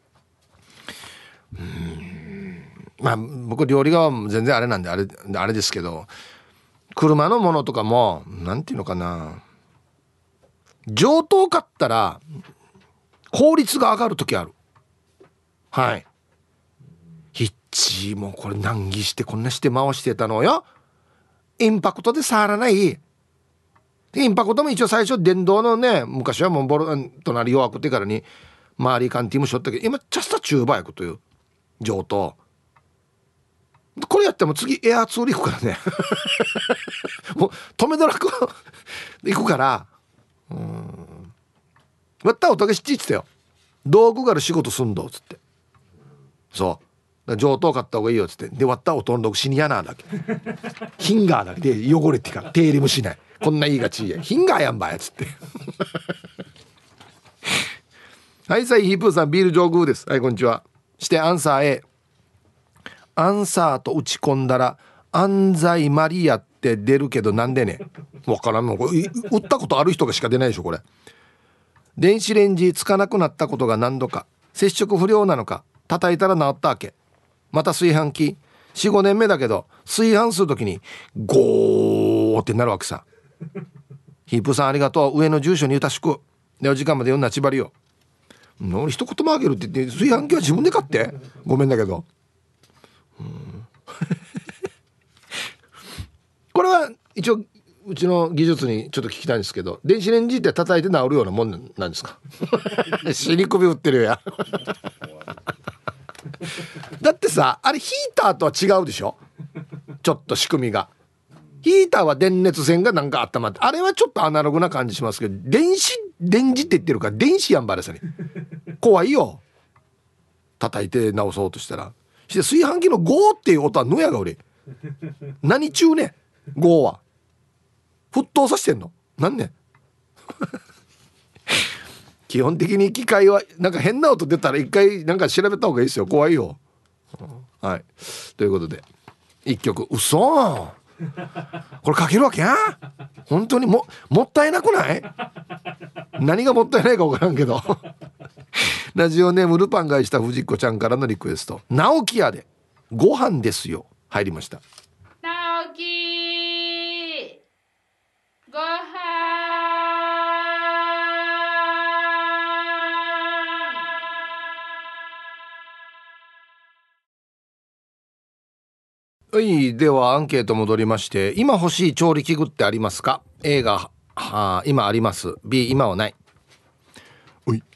ーん、まあ僕料理側も全然あれなんであれあれですけど、車のものとかもなんていうのかな、上等買ったら効率が上がる時ある。はい。ヒッチもこれ難儀してこんなして回してたのよ。インパクトで触らない。インパクトも一応最初電動のね、昔はもうボル隣弱くてからに周りカンティもしょったけど、今チャスタ中バイクという上等。これやっても次エアツール行くからねもう止めどなく行くから、うーん、わったおとげしっちいってたよ。道具がある仕事すんどっつって、そう上等買った方がいいよっつって、で割った音の死にやなだけヒンガーだけで汚れてから手入れもしない、こんな言いがちやヒンガーやんばやつってはいさいヒープーさん、ビール上宮です。はいこんにちは。してアンサー A、 アンサーと打ち込んだら安西マリアって出るけどなんでね、わからんの、これ打ったことある人がしか出ないでしょこれ。電子レンジつかなくなったことが何度か、接触不良なのか叩いたら治ったわけ。また炊飯器 よん,ご 年目だけど炊飯するときにゴーってなるわけさ。ヒープさんありがとう。上の住所にゆたしくでお時間まで読んだちばりよ。俺一言もあげるって言って炊飯器は自分で買ってごめんだけど、うんこれは一応うちの技術にちょっと聞きたいんですけど、電子レンジって叩いて治るようなもんなんですか死に首打ってるよやだってさ、あれヒーターとは違うでしょ、ちょっと仕組みが。ヒーターは電熱線がなんか温まって、あれはちょっとアナログな感じしますけど、電子電磁って言ってるから電子やんばれさに怖いよ、叩いて直そうとしたら。して炊飯器のゴーっていう音はのやが俺何中ね、ゴーは沸騰させてんのなんね基本的に機械はなんか変な音出たら一回なんか調べた方がいいですよ、怖いよ。はい、ということで一曲、うそこれかけるわけや本当に も, もったいなくない？何がもったいないか分からんけどラジオネームルパンがいした藤子ちゃんからのリクエスト、直樹屋でご飯ですよ入りました。 直樹ご飯。 はい、ではアンケート戻りまして、今欲しい調理器具ってありますか？ A があ今あります。 B 今はない。おい、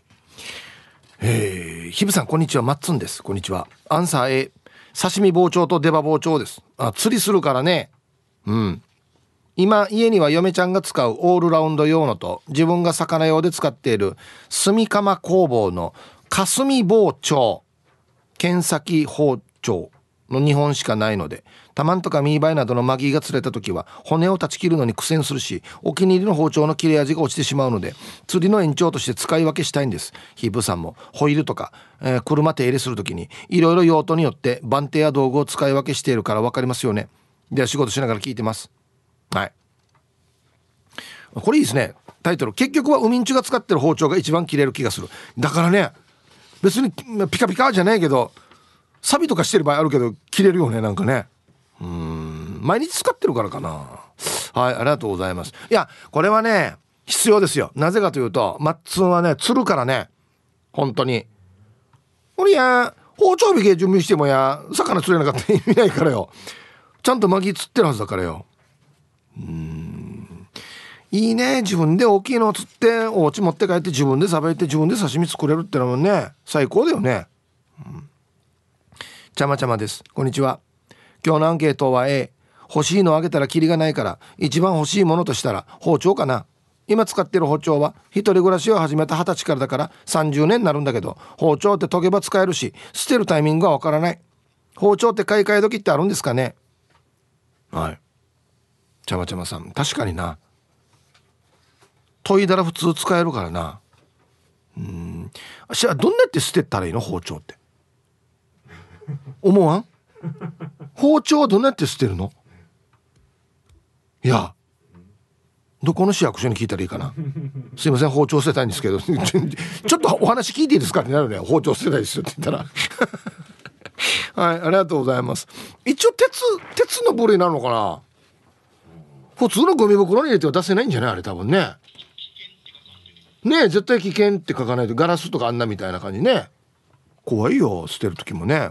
えー、ひぶさんこんにちは、マッツンです。こんにちは。アンサー A、 刺身包丁と出刃包丁です。あ、釣りするからね。うん。今家には嫁ちゃんが使うオールラウンド用のと自分が魚用で使っている炭窯工房の霞包丁、剣先包丁のにほんしかないので、タマンとかミーバイなどのマギーが釣れた時は骨を断ち切るのに苦戦するし、お気に入りの包丁の切れ味が落ちてしまうので釣りの延長として使い分けしたいんです。ヒープさんもホイールとか、えー、車手入れする時にいろいろ用途によって番手や道具を使い分けしているから分かりますよね。では仕事しながら聞いてます。はい、これいいですね。タイトル、結局はウミンチュが使ってる包丁が一番切れる気がする。だからね、別にピカピカじゃないけどサビとかしてる場合あるけど切れるよね、なんかね。うーん、毎日使ってるからかな。はい、ありがとうございます。いやこれはね必要ですよ。なぜかというとマッツンはね釣るからね、本当に。俺や包丁引き準備してもや魚釣れなかったら意味ないからよ。ちゃんとマギ釣ってるはずだからよ。うーん、いいね。自分で大きいのを釣ってお家持って帰って自分でさばいて自分で刺身作れるってのもね最高だよね。うん、ちゃまちゃまです。こんにちは。今日のアンケートは A、 欲しいのあげたらキリがないから一番欲しいものとしたら包丁かな。今使ってる包丁は一人暮らしを始めた二十歳からだからさんじゅうねんになるんだけど、包丁って研げば使えるし捨てるタイミングがわからない。包丁って買い替え時ってあるんですかね。はい、ちゃまちゃまさん、確かにな、研いだら普通使えるからな。うーん、じゃあどんなやって捨てたらいいの包丁って思わん？包丁はどんなやって捨てるの？いやどこの市役所に聞いたらいいかな。すいません包丁捨てたいんですけどちょっとお話聞いていいですかってなるね。包丁捨てたいですよって言ったらはい、ありがとうございます。一応鉄鉄の部類なのかな。普通のゴミ袋に入れては出せないんじゃないあれ、多分ね。ねえ、絶対危険って書かないと。ガラスとかあんなみたいな感じね。怖いよ捨てる時もね。はい、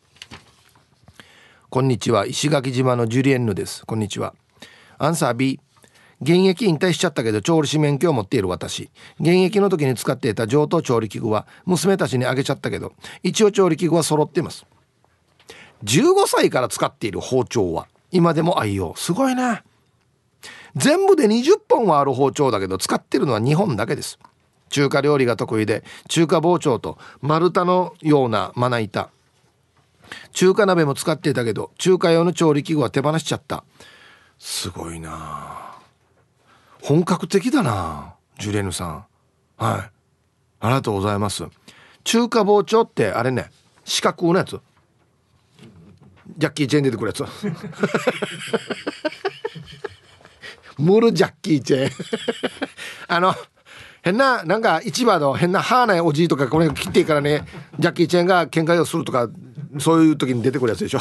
こんにちは、石垣島のジュリエンヌです。こんにちは。アンサー B、 現役引退しちゃったけど調理師免許を持っている私。現役の時に使っていた上等調理器具は娘たちにあげちゃったけど一応調理器具は揃っています。じゅうごさいから使っている包丁は今でも愛用。すごいね。全部でにじゅっぽんはある包丁だけど使ってるのはにほんだけです。中華料理が得意で中華包丁と丸太のようなまな板、中華鍋も使っていたけど中華用の調理器具は手放しちゃった。すごいな、本格的だなジュレヌさん。はい、ありがとうございます。中華包丁ってあれね、四角のやつ、ジャッキーチェーン出てくるやつムルジャッキーチェーンあの変ななんか市場の変な歯ないおじいとかこれ切っていいからねジャッキーチェーンが喧嘩をするとかそういう時に出てくるやつでしょ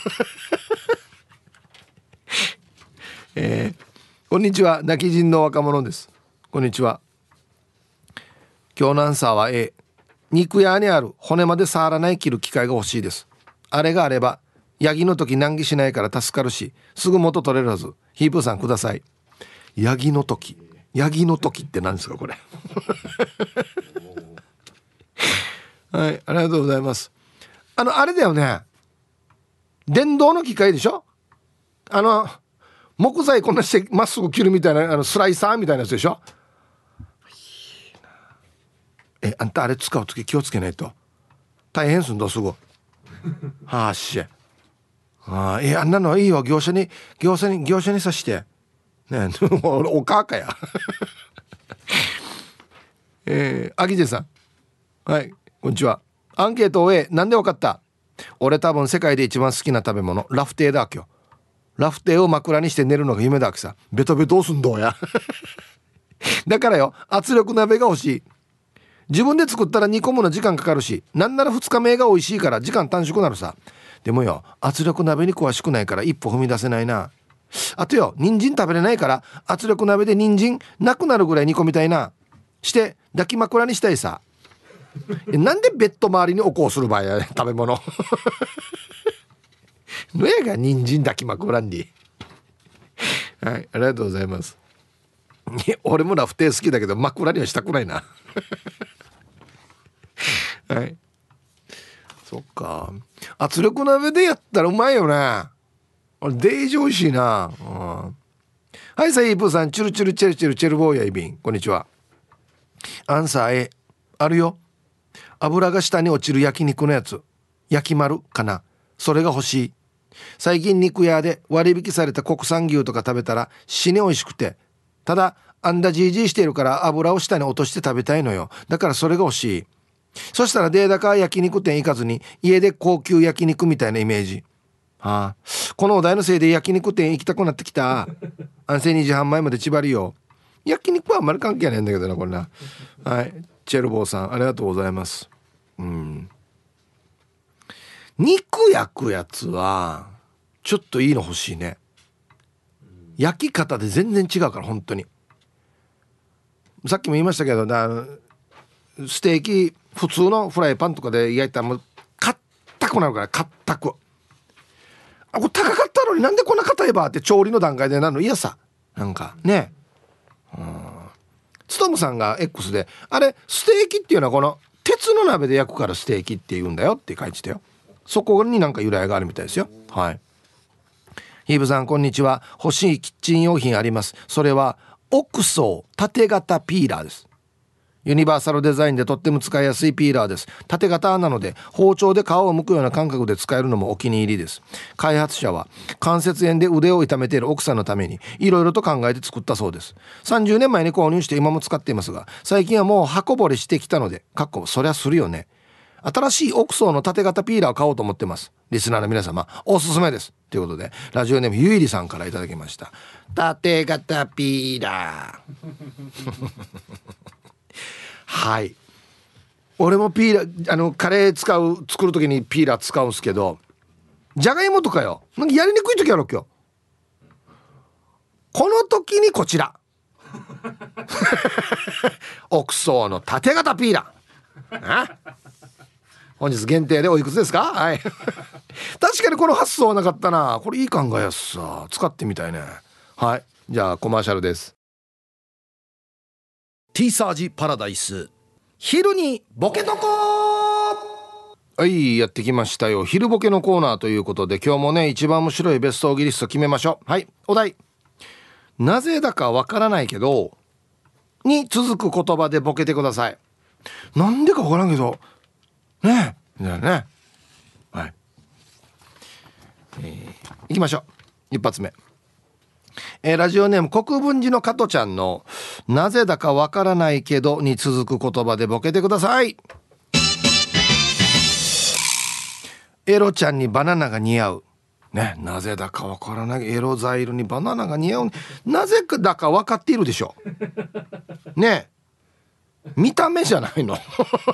えー、こんにちは、泣き人の若者です。こんにちは。今日のアンサーは A、 肉屋にある骨まで触らない切る機械が欲しいです。あれがあればヤギの時難儀しないから助かるしすぐ元取れるはず。ヒープーさんください。ヤギの時、ヤギの時って何ですかこれはい、ありがとうございます。あのあれだよね、電動の機械でしょ。あの木材こんなしてまっすぐ切るみたいなあのスライサーみたいなやつでしょ。え、あんたあれ使う時気をつけないと大変すんどすぐはあしあー、えあんなのいいよ、業者に業者に業者にさしてねえおかあかやえー、アギジェさん、はい、こんにちは。アンケートを A、 なんでわかった。俺多分世界で一番好きな食べ物ラフテーだっけよ。ラフテーを枕にして寝るのが夢だっけさ。ベトベトすんどうやだからよ、圧力鍋が欲しい。自分で作ったら煮込むの時間かかるし、なんならふつかめが美味しいから時間短縮なるさ。でもよ、圧力鍋に詳しくないから一歩踏み出せないな。あとよ、人参食べれないから圧力鍋で人参なくなるぐらい煮込みたいな。して抱き枕にしたいさ。なんでベッド周りにおこうする場合や食べ物のやが人参抱き枕にはい、ありがとうございます。 俺もラフテー好きだけど枕にはしたくないなはい、そっか。圧力鍋でやったらうまいよね。俺デージ美味しいな、うん、はいさイープーさん、チュルチュルチェルチェルチェルボーヤイビン、こんにちは。アンサー A、 あるよ。油が下に落ちる焼肉のやつ、焼き丸かな、それが欲しい。最近肉屋で割引された国産牛とか食べたら死に美味しくて、ただあんだじいじいしているから油を下に落として食べたいのよ。だからそれが欲しい。そしたらデータか焼肉店行かずに家で高級焼肉みたいなイメージ。はあ、このお題のせいで焼肉店行きたくなってきた。安静にじはんまえまで縛りよ。焼肉はあんまり関係ないんだけどなこれな。はい、チェルボーさんありがとうございます。うん、肉焼くやつはちょっといいの欲しいね。焼き方で全然違うから本当に。さっきも言いましたけどな、ステーキ普通のフライパンとかで焼いたらもう硬くなるから、硬く、あ、これ高かったのになんでこんな硬いばって調理の段階でなるの嫌さ、なんかね。うん、ツトムさんが X であれステーキっていうのはこの鉄の鍋で焼くからステーキって言うんだよって書いてたよ。そこになんか由来があるみたいですよ。はい。ヒーブさんこんにちは。欲しいキッチン用品あります。それはオクソー縦型ピーラーです。ユニバーサルデザインでとっても使いやすいピーラーです。縦型なので包丁で皮を剥くような感覚で使えるのもお気に入りです。開発者は関節炎で腕を痛めている奥さんのためにいろいろと考えて作ったそうです。さんじゅうねんまえに購入して今も使っていますが、最近はもう箱ぼれしてきたので、かっこそりゃするよね、新しいオクソーの縦型ピーラーを買おうと思ってます。リスナーの皆様おすすめですということで、ラジオネームゆいりさんからいただきました。縦型ピーラーはい、俺もピーラー、あのカレー使う作る時にピーラー使うんすけど、じゃがいもとかよ、なんかやりにくい時あるわけよ。この時にこちらオクソーの縦型ピーラー、あ本日限定でおいくつですか。はい確かにこの発想はなかったな。これいい考えやすさ、使ってみたいね。はい、じゃあコマーシャルです。ティーサージパラダイス、昼にボケとこ。はい、やってきましたよ、昼ボケのコーナーということで、今日もね一番面白いベストオギリスト決めましょう。はい、お題、なぜだかわからないけどに続く言葉でボケてください。なんでかわからんけどねえねえねえ、はい、えー、いきましょう。一発目、えー、ラジオネーム国分寺の加トちゃんのなぜだかわからないけどに続く言葉でボケてください。エロちゃんにバナナが似合うね、なぜだかわからない、エロザイルにバナナが似合う、なぜだか分かっているでしょねえ、見た目じゃないの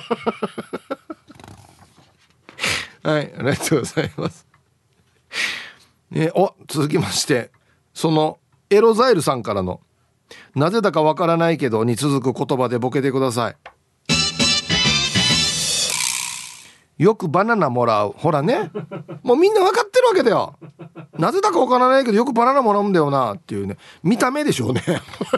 はい、ありがとうございます。えー、お続きまして、そのエロザイルさんからのなぜだかわからないけどに続く言葉でボケてください。よくバナナもらう、ほらね、もうみんな分かってるわけだよ。なぜだかわからないけどよくバナナもらうんだよなっていうね、見た目でしょうね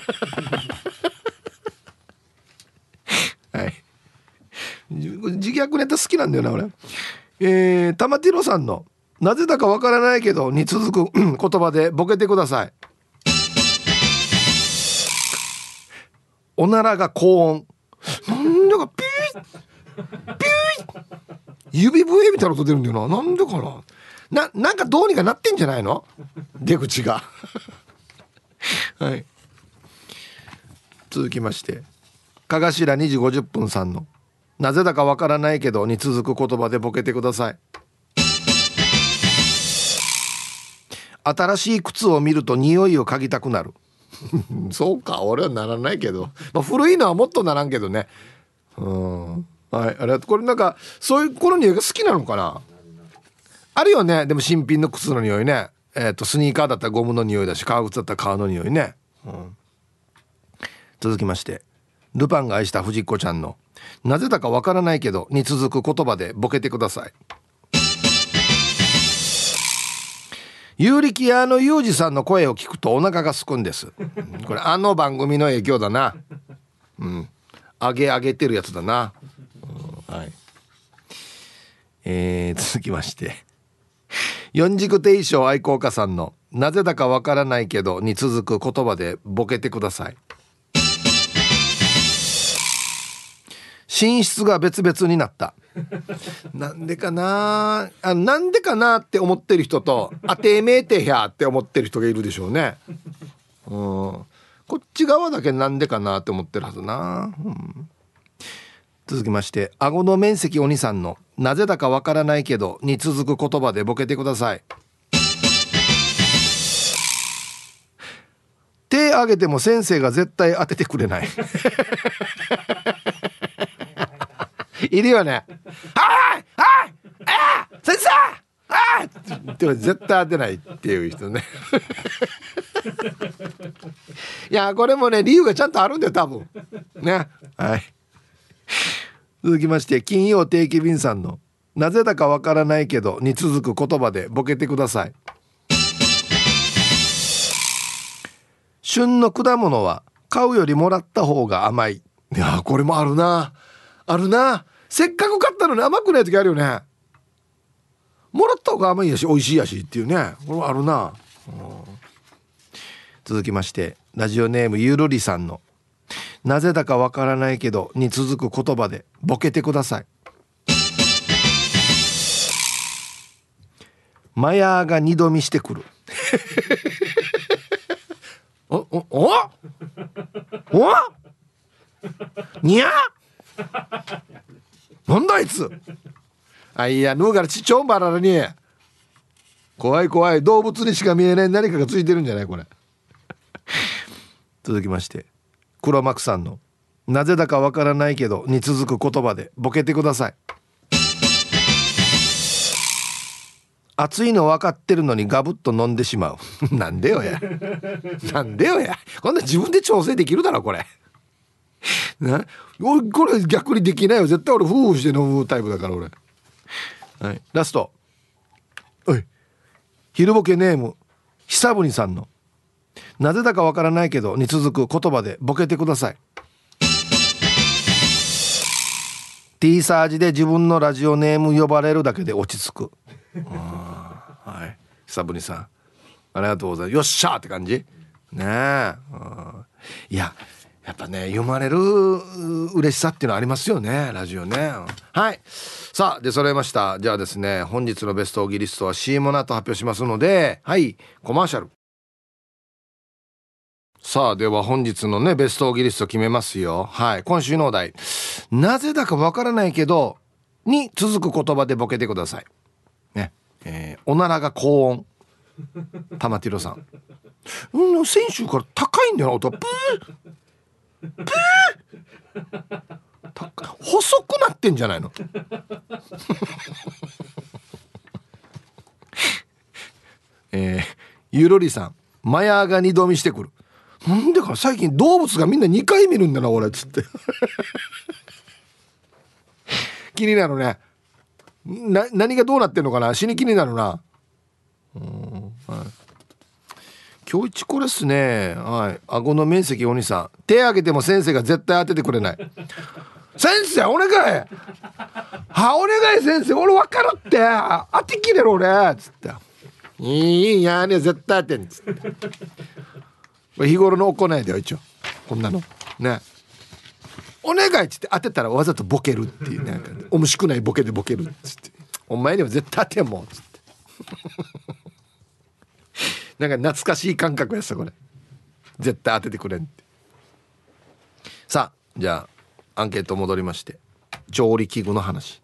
はい、自虐ネタ好きなんだよな俺。えー、玉ティロさんのなぜだかわからないけどに続く言葉でボケてください。おならが高音、なんだかピーピー指笛みたいな音出るんだよな、なんでかな、な、なんかどうにかなってんじゃないの出口がはい、続きまして、かがしらにじごじゅっぷんさんのなぜだかわからないけどに続く言葉でボケてください。新しい靴を見ると匂いを嗅ぎたくなるそうか、俺はならないけど、まあ、古いのはもっとならんけどね。うん、はい、あれこれなんかそういうこの匂いが好きなのかな、あるよね。でも新品の靴の匂いね、えーとスニーカーだったらゴムの匂いだし、革靴だったら革の匂いね。うん、続きまして、ルパンが愛した藤子ちゃんのなぜだかわからないけどに続く言葉でボケてください。 有力屋のユージさんの声を聞くとお腹がすくんです。これあの番組の影響だな。うん、上げ上げてるやつだな、うん、はい。えー、続きまして四軸定称愛好家さんのなぜだかわからないけどに続く言葉でボケてください。寝室が別々になった。なんでかなあ、なんでかなって思ってる人とあてめえてひゃって思ってる人がいるでしょうね。うん、こっち側だけなんでかなって思ってるはずな、うん、続きまして顎の面積お兄さんのなぜだかわからないけどに続く言葉でボケてください。手挙げても先生が絶対当ててくれない。いるよね。はいはいあー先生あーって絶対当てないっていう人ね。いやこれもね理由がちゃんとあるんだよ多分ね。はい。続きまして金曜定期便さんのなぜだかわからないけどに続く言葉でボケてください。旬の果物は買うよりもらった方が甘い。いやこれもあるなあるな。せっかく買ったのに甘くない時あるよね。もらった方が甘いやし美味しいやしっていうね。これもあるな、うん、続きましてラジオネームゆるりさんのなぜだかわからないけどに続く言葉でボケてください。マヤーが二度見してくる。おおおおにゃなんだあいつ。あいやぬーからちちょんばららに怖い怖い動物にしか見えない何かがついてるんじゃないこれ。続きまして黒幕さんのなぜだかわからないけどに続く言葉でボケてください。熱いの分かってるのにガブッと飲んでしまう。なんでよやなんでよやこんな自分で調整できるだろこれ。な俺これ逆にできないよ絶対。俺フーフーして飲むタイプだから俺。はい、ラストおい昼ボケネーム久ぶりさんのなぜだかわからないけどに続く言葉でボケてください。 T サージで自分のラジオネーム呼ばれるだけで落ち着く。あ、はい、久ぶりさんありがとうございます。よっしゃーって感じねえ。いややっぱね読まれる嬉しさっていうのはありますよねラジオね。はいさあで揃えました。じゃあですね本日のベストオギリストは シーエム の後発表しますのではいコマーシャル。さあでは本日のねベストオギリスト決めますよ。はい今週のお題なぜだかわからないけどに続く言葉でボケてくださいね。えー、おならが高音玉ティロさん。うん先週から高いんだよな音。プープー細くなってんじゃないの。えー、ゆるりさんマヤーが二度見してくる。なんでか最近動物がみんなにかい見るんだな俺つって気になるね。な何がどうなってんのかな死に気になるな。うん、はい、今日一これっすね。はい顎の面積お兄さん手挙げても先生が絶対当ててくれない。先生お願いはお願い先生俺分かるって当てきれろ俺つっていいやね絶対当てんつって日頃の行いだよ一応こんなのね。お願いっつって当てたらわざとボケるっていうねおもしくないボケでボケるっつってお前にも絶対当てんもんつってなんか懐かしい感覚やさこれ絶対当ててくれんって。さあじゃあアンケート戻りまして調理器具の話。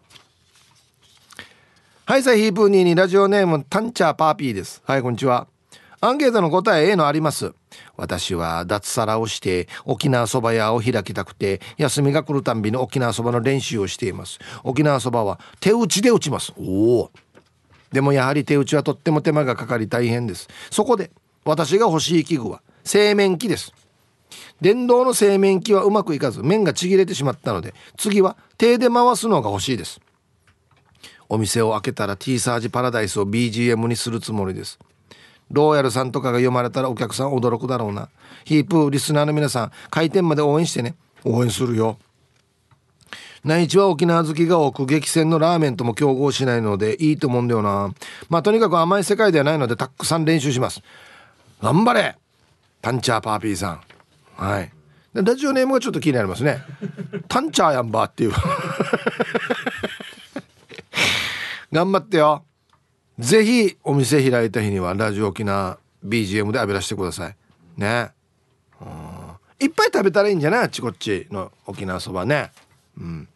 はいさあヒープーニーにラジオネームタンチャーパーピーです。はいこんにちは。アンケートの答え A のあります。私は脱サラをして沖縄そば屋を開きたくて休みが来るたんびに沖縄そばの練習をしています。沖縄そばは手打ちで打ちます。おお。でもやはり手打ちはとっても手間がかかり大変です。そこで私が欲しい器具は製麺機です。電動の製麺機はうまくいかず麺がちぎれてしまったので次は手で回すのが欲しいです。お店を開けたら T サージパラダイスを ビージーエム にするつもりです。 ローヤルさんとかが読まれたらお客さん驚くだろうな。ヒープーリスナーの皆さん、開店まで応援してね。応援するよ。内地は沖縄好きが多く激戦のラーメンとも競合しないのでいいと思うんだよな。まあとにかく甘い世界ではないのでたくさん練習します。頑張れタンチャーパーピーさん。はい、ラジオネームがちょっと気になりますね。タンチャーやんばっていう頑張ってよ。ぜひお店開いた日にはラジオ沖縄 ビージーエム で浴びらしてくださいね。うん、いっぱい食べたらいいんじゃない、あっちこっちの沖縄そばね。うん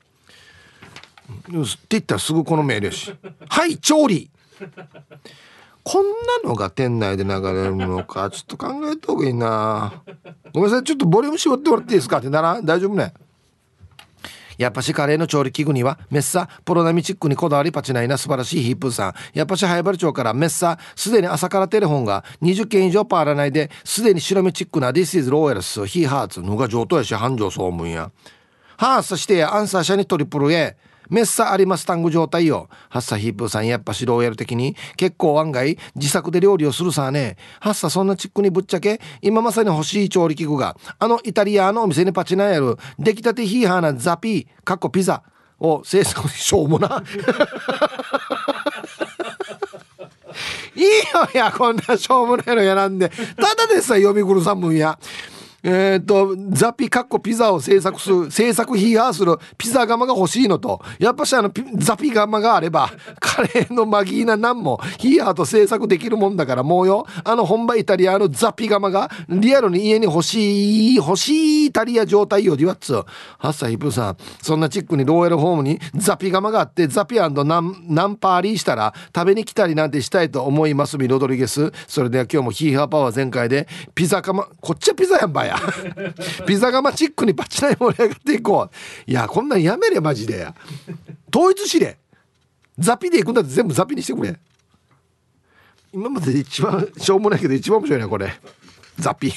って言ったらすぐこのメールやしはい調理こんなのが店内で流れるのかちょっと考えた方がいいな。ごめんなさい、ちょっとボリューム絞ってもらっていいですかってなら大丈夫ね。やっぱしカレーの調理器具にはメッサプロナミチックにこだわりパチないな素晴らしいヒープーさん。やっぱし早原町からメッサすでに朝からテレフォンがにじゅっけん以上パーらないですでに白目チックな This is Royals ヒーハーツのが上等やし繁盛総務やはあ。そしてアンサー社にトリプル Aメッサありますタング状態よ。ハッサヒープーさんやっぱしローヤル的に結構案外自作で料理をするさね。ハッサそんなチックにぶっちゃけ今まさに欲しい調理器具があのイタリアのお店にパチナやる出来たてヒーハーなザピーかっこピザを制作しょうもないいよやこんなしょうもないのやなんでただでさ読み苦さむんや。えー、とザピかっこピザを制作する制作ヒーハーするピザ窯が欲しいのとやっぱしあのザピ窯があればカレーのマギーナなんもヒーハーと制作できるもんだからもうよあの本場イタリアのザピ窯がリアルに家に欲しい欲しいイタリア状態よりはっつハッサヒプさんそんなチックにローヤルホームにザピ窯があってザピ&ナン、ナンパーリーしたら食べに来たりなんてしたいと思いますミロドリゲス。それでは今日もヒーハーパワー全開でピザ窯こっちはピザやんばいピザ窯チックにバチナイ盛り上がっていこう。いやこんなんやめれマジでや統一しれザピでいくんだって全部ザピにしてくれ。今までで一番しょうもないけど一番面白いなこれザピ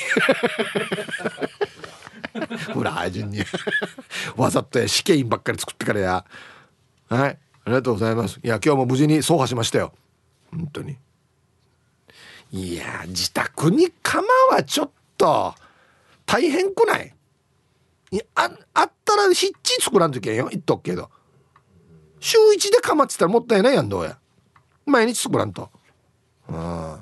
ほら順にわざとや試験ばっかり作ってからや。はいありがとうございます。いや今日も無事に走破しましたよ本当に。いや自宅に窯はちょっと大変くない？いや あ, あったらひっち作らんといけんよ言っとくけど週一で窯って言ったらもったいないやんどうや毎日作らんと。うん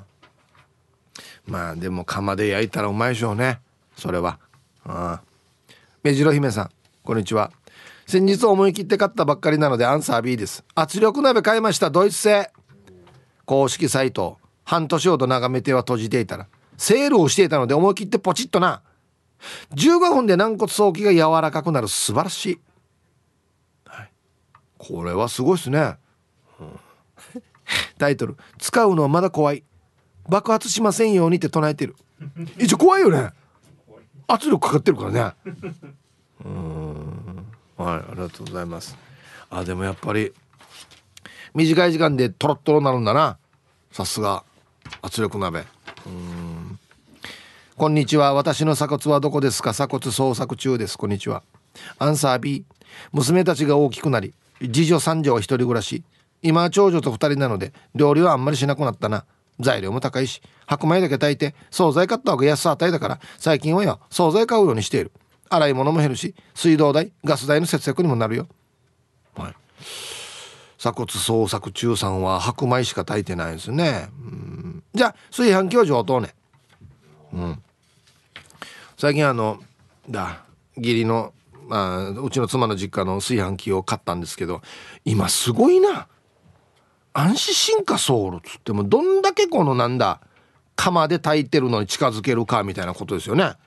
まあでも窯で焼いたらうまいでしょうねそれは。うん目白姫さんこんにちは。先日思い切って買ったばっかりなのでアンサー B です。圧力鍋買いました。ドイツ製公式サイト半年ほど眺めては閉じていたらセールをしていたので思い切ってポチッとな。じゅうごふんで軟骨早期が柔らかくなる素晴らしい、はい、これはすごいですね、うん、タイトル使うのはまだ怖い爆発しませんようにって唱えてる。一応怖いよね圧力かかってるからねうーんはいありがとうございます。あでもやっぱり短い時間でトロットロになるんだなさすが圧力鍋。うーんこんにちは。私の鎖骨はどこですか？鎖骨捜索中です。こんにちは。アンサー B 娘たちが大きくなり次女三女は一人暮らし今は長女と二人なので料理はあんまりしなくなったな。材料も高いし白米だけ炊いて惣菜買った方が安さ与えだから最近はよ惣菜買うようにしている。洗い物も減るし水道代ガス代の節約にもなるよ、はい、鎖骨捜索中さんは白米しか炊いてないですね。うんじゃあ炊飯器は上等ね。うん最近あのだ義理の、まあ、うちの妻の実家の炊飯器を買ったんですけど今すごいな安心進化ソウルつってもどんだけこのなんだ釜で炊いてるのに近づけるかみたいなことですよね。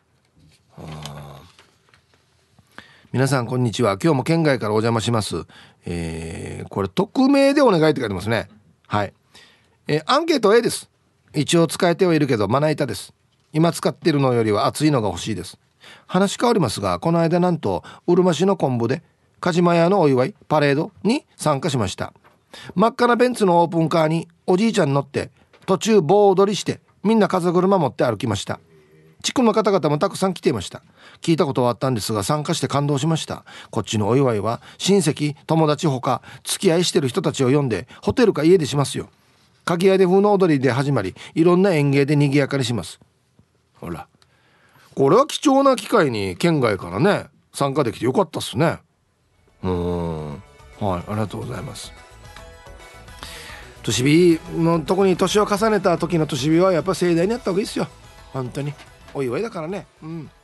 皆さんこんにちは。今日も県外からお邪魔します、えー、これ匿名でお願いって書いてますね。はい、えー、アンケート A です。一応使えてはいるけどまな板です。今使ってるのよりは熱いのが欲しいです。話変わりますがこの間なんとうるま市の昆布で鹿島屋のお祝いパレードに参加しました。真っ赤なベンツのオープンカーにおじいちゃん乗って途中棒踊りしてみんな風車持って歩きました。地区の方々もたくさん来ていました。聞いたことはあったんですが参加して感動しました。こっちのお祝いは親戚友達ほか付き合いしてる人たちを呼んでホテルか家でしますよ。 鍵屋で風の踊りで始まり、いろんな演芸で賑やかにします。ほら、これは貴重な機会に県外からね参加できてよかったっすね。うーん、はい、ありがとうございます。年日の特に年を重ねた時の年日はやっぱ盛大にやった方がいいですよ。本当にお祝いだからね。うん。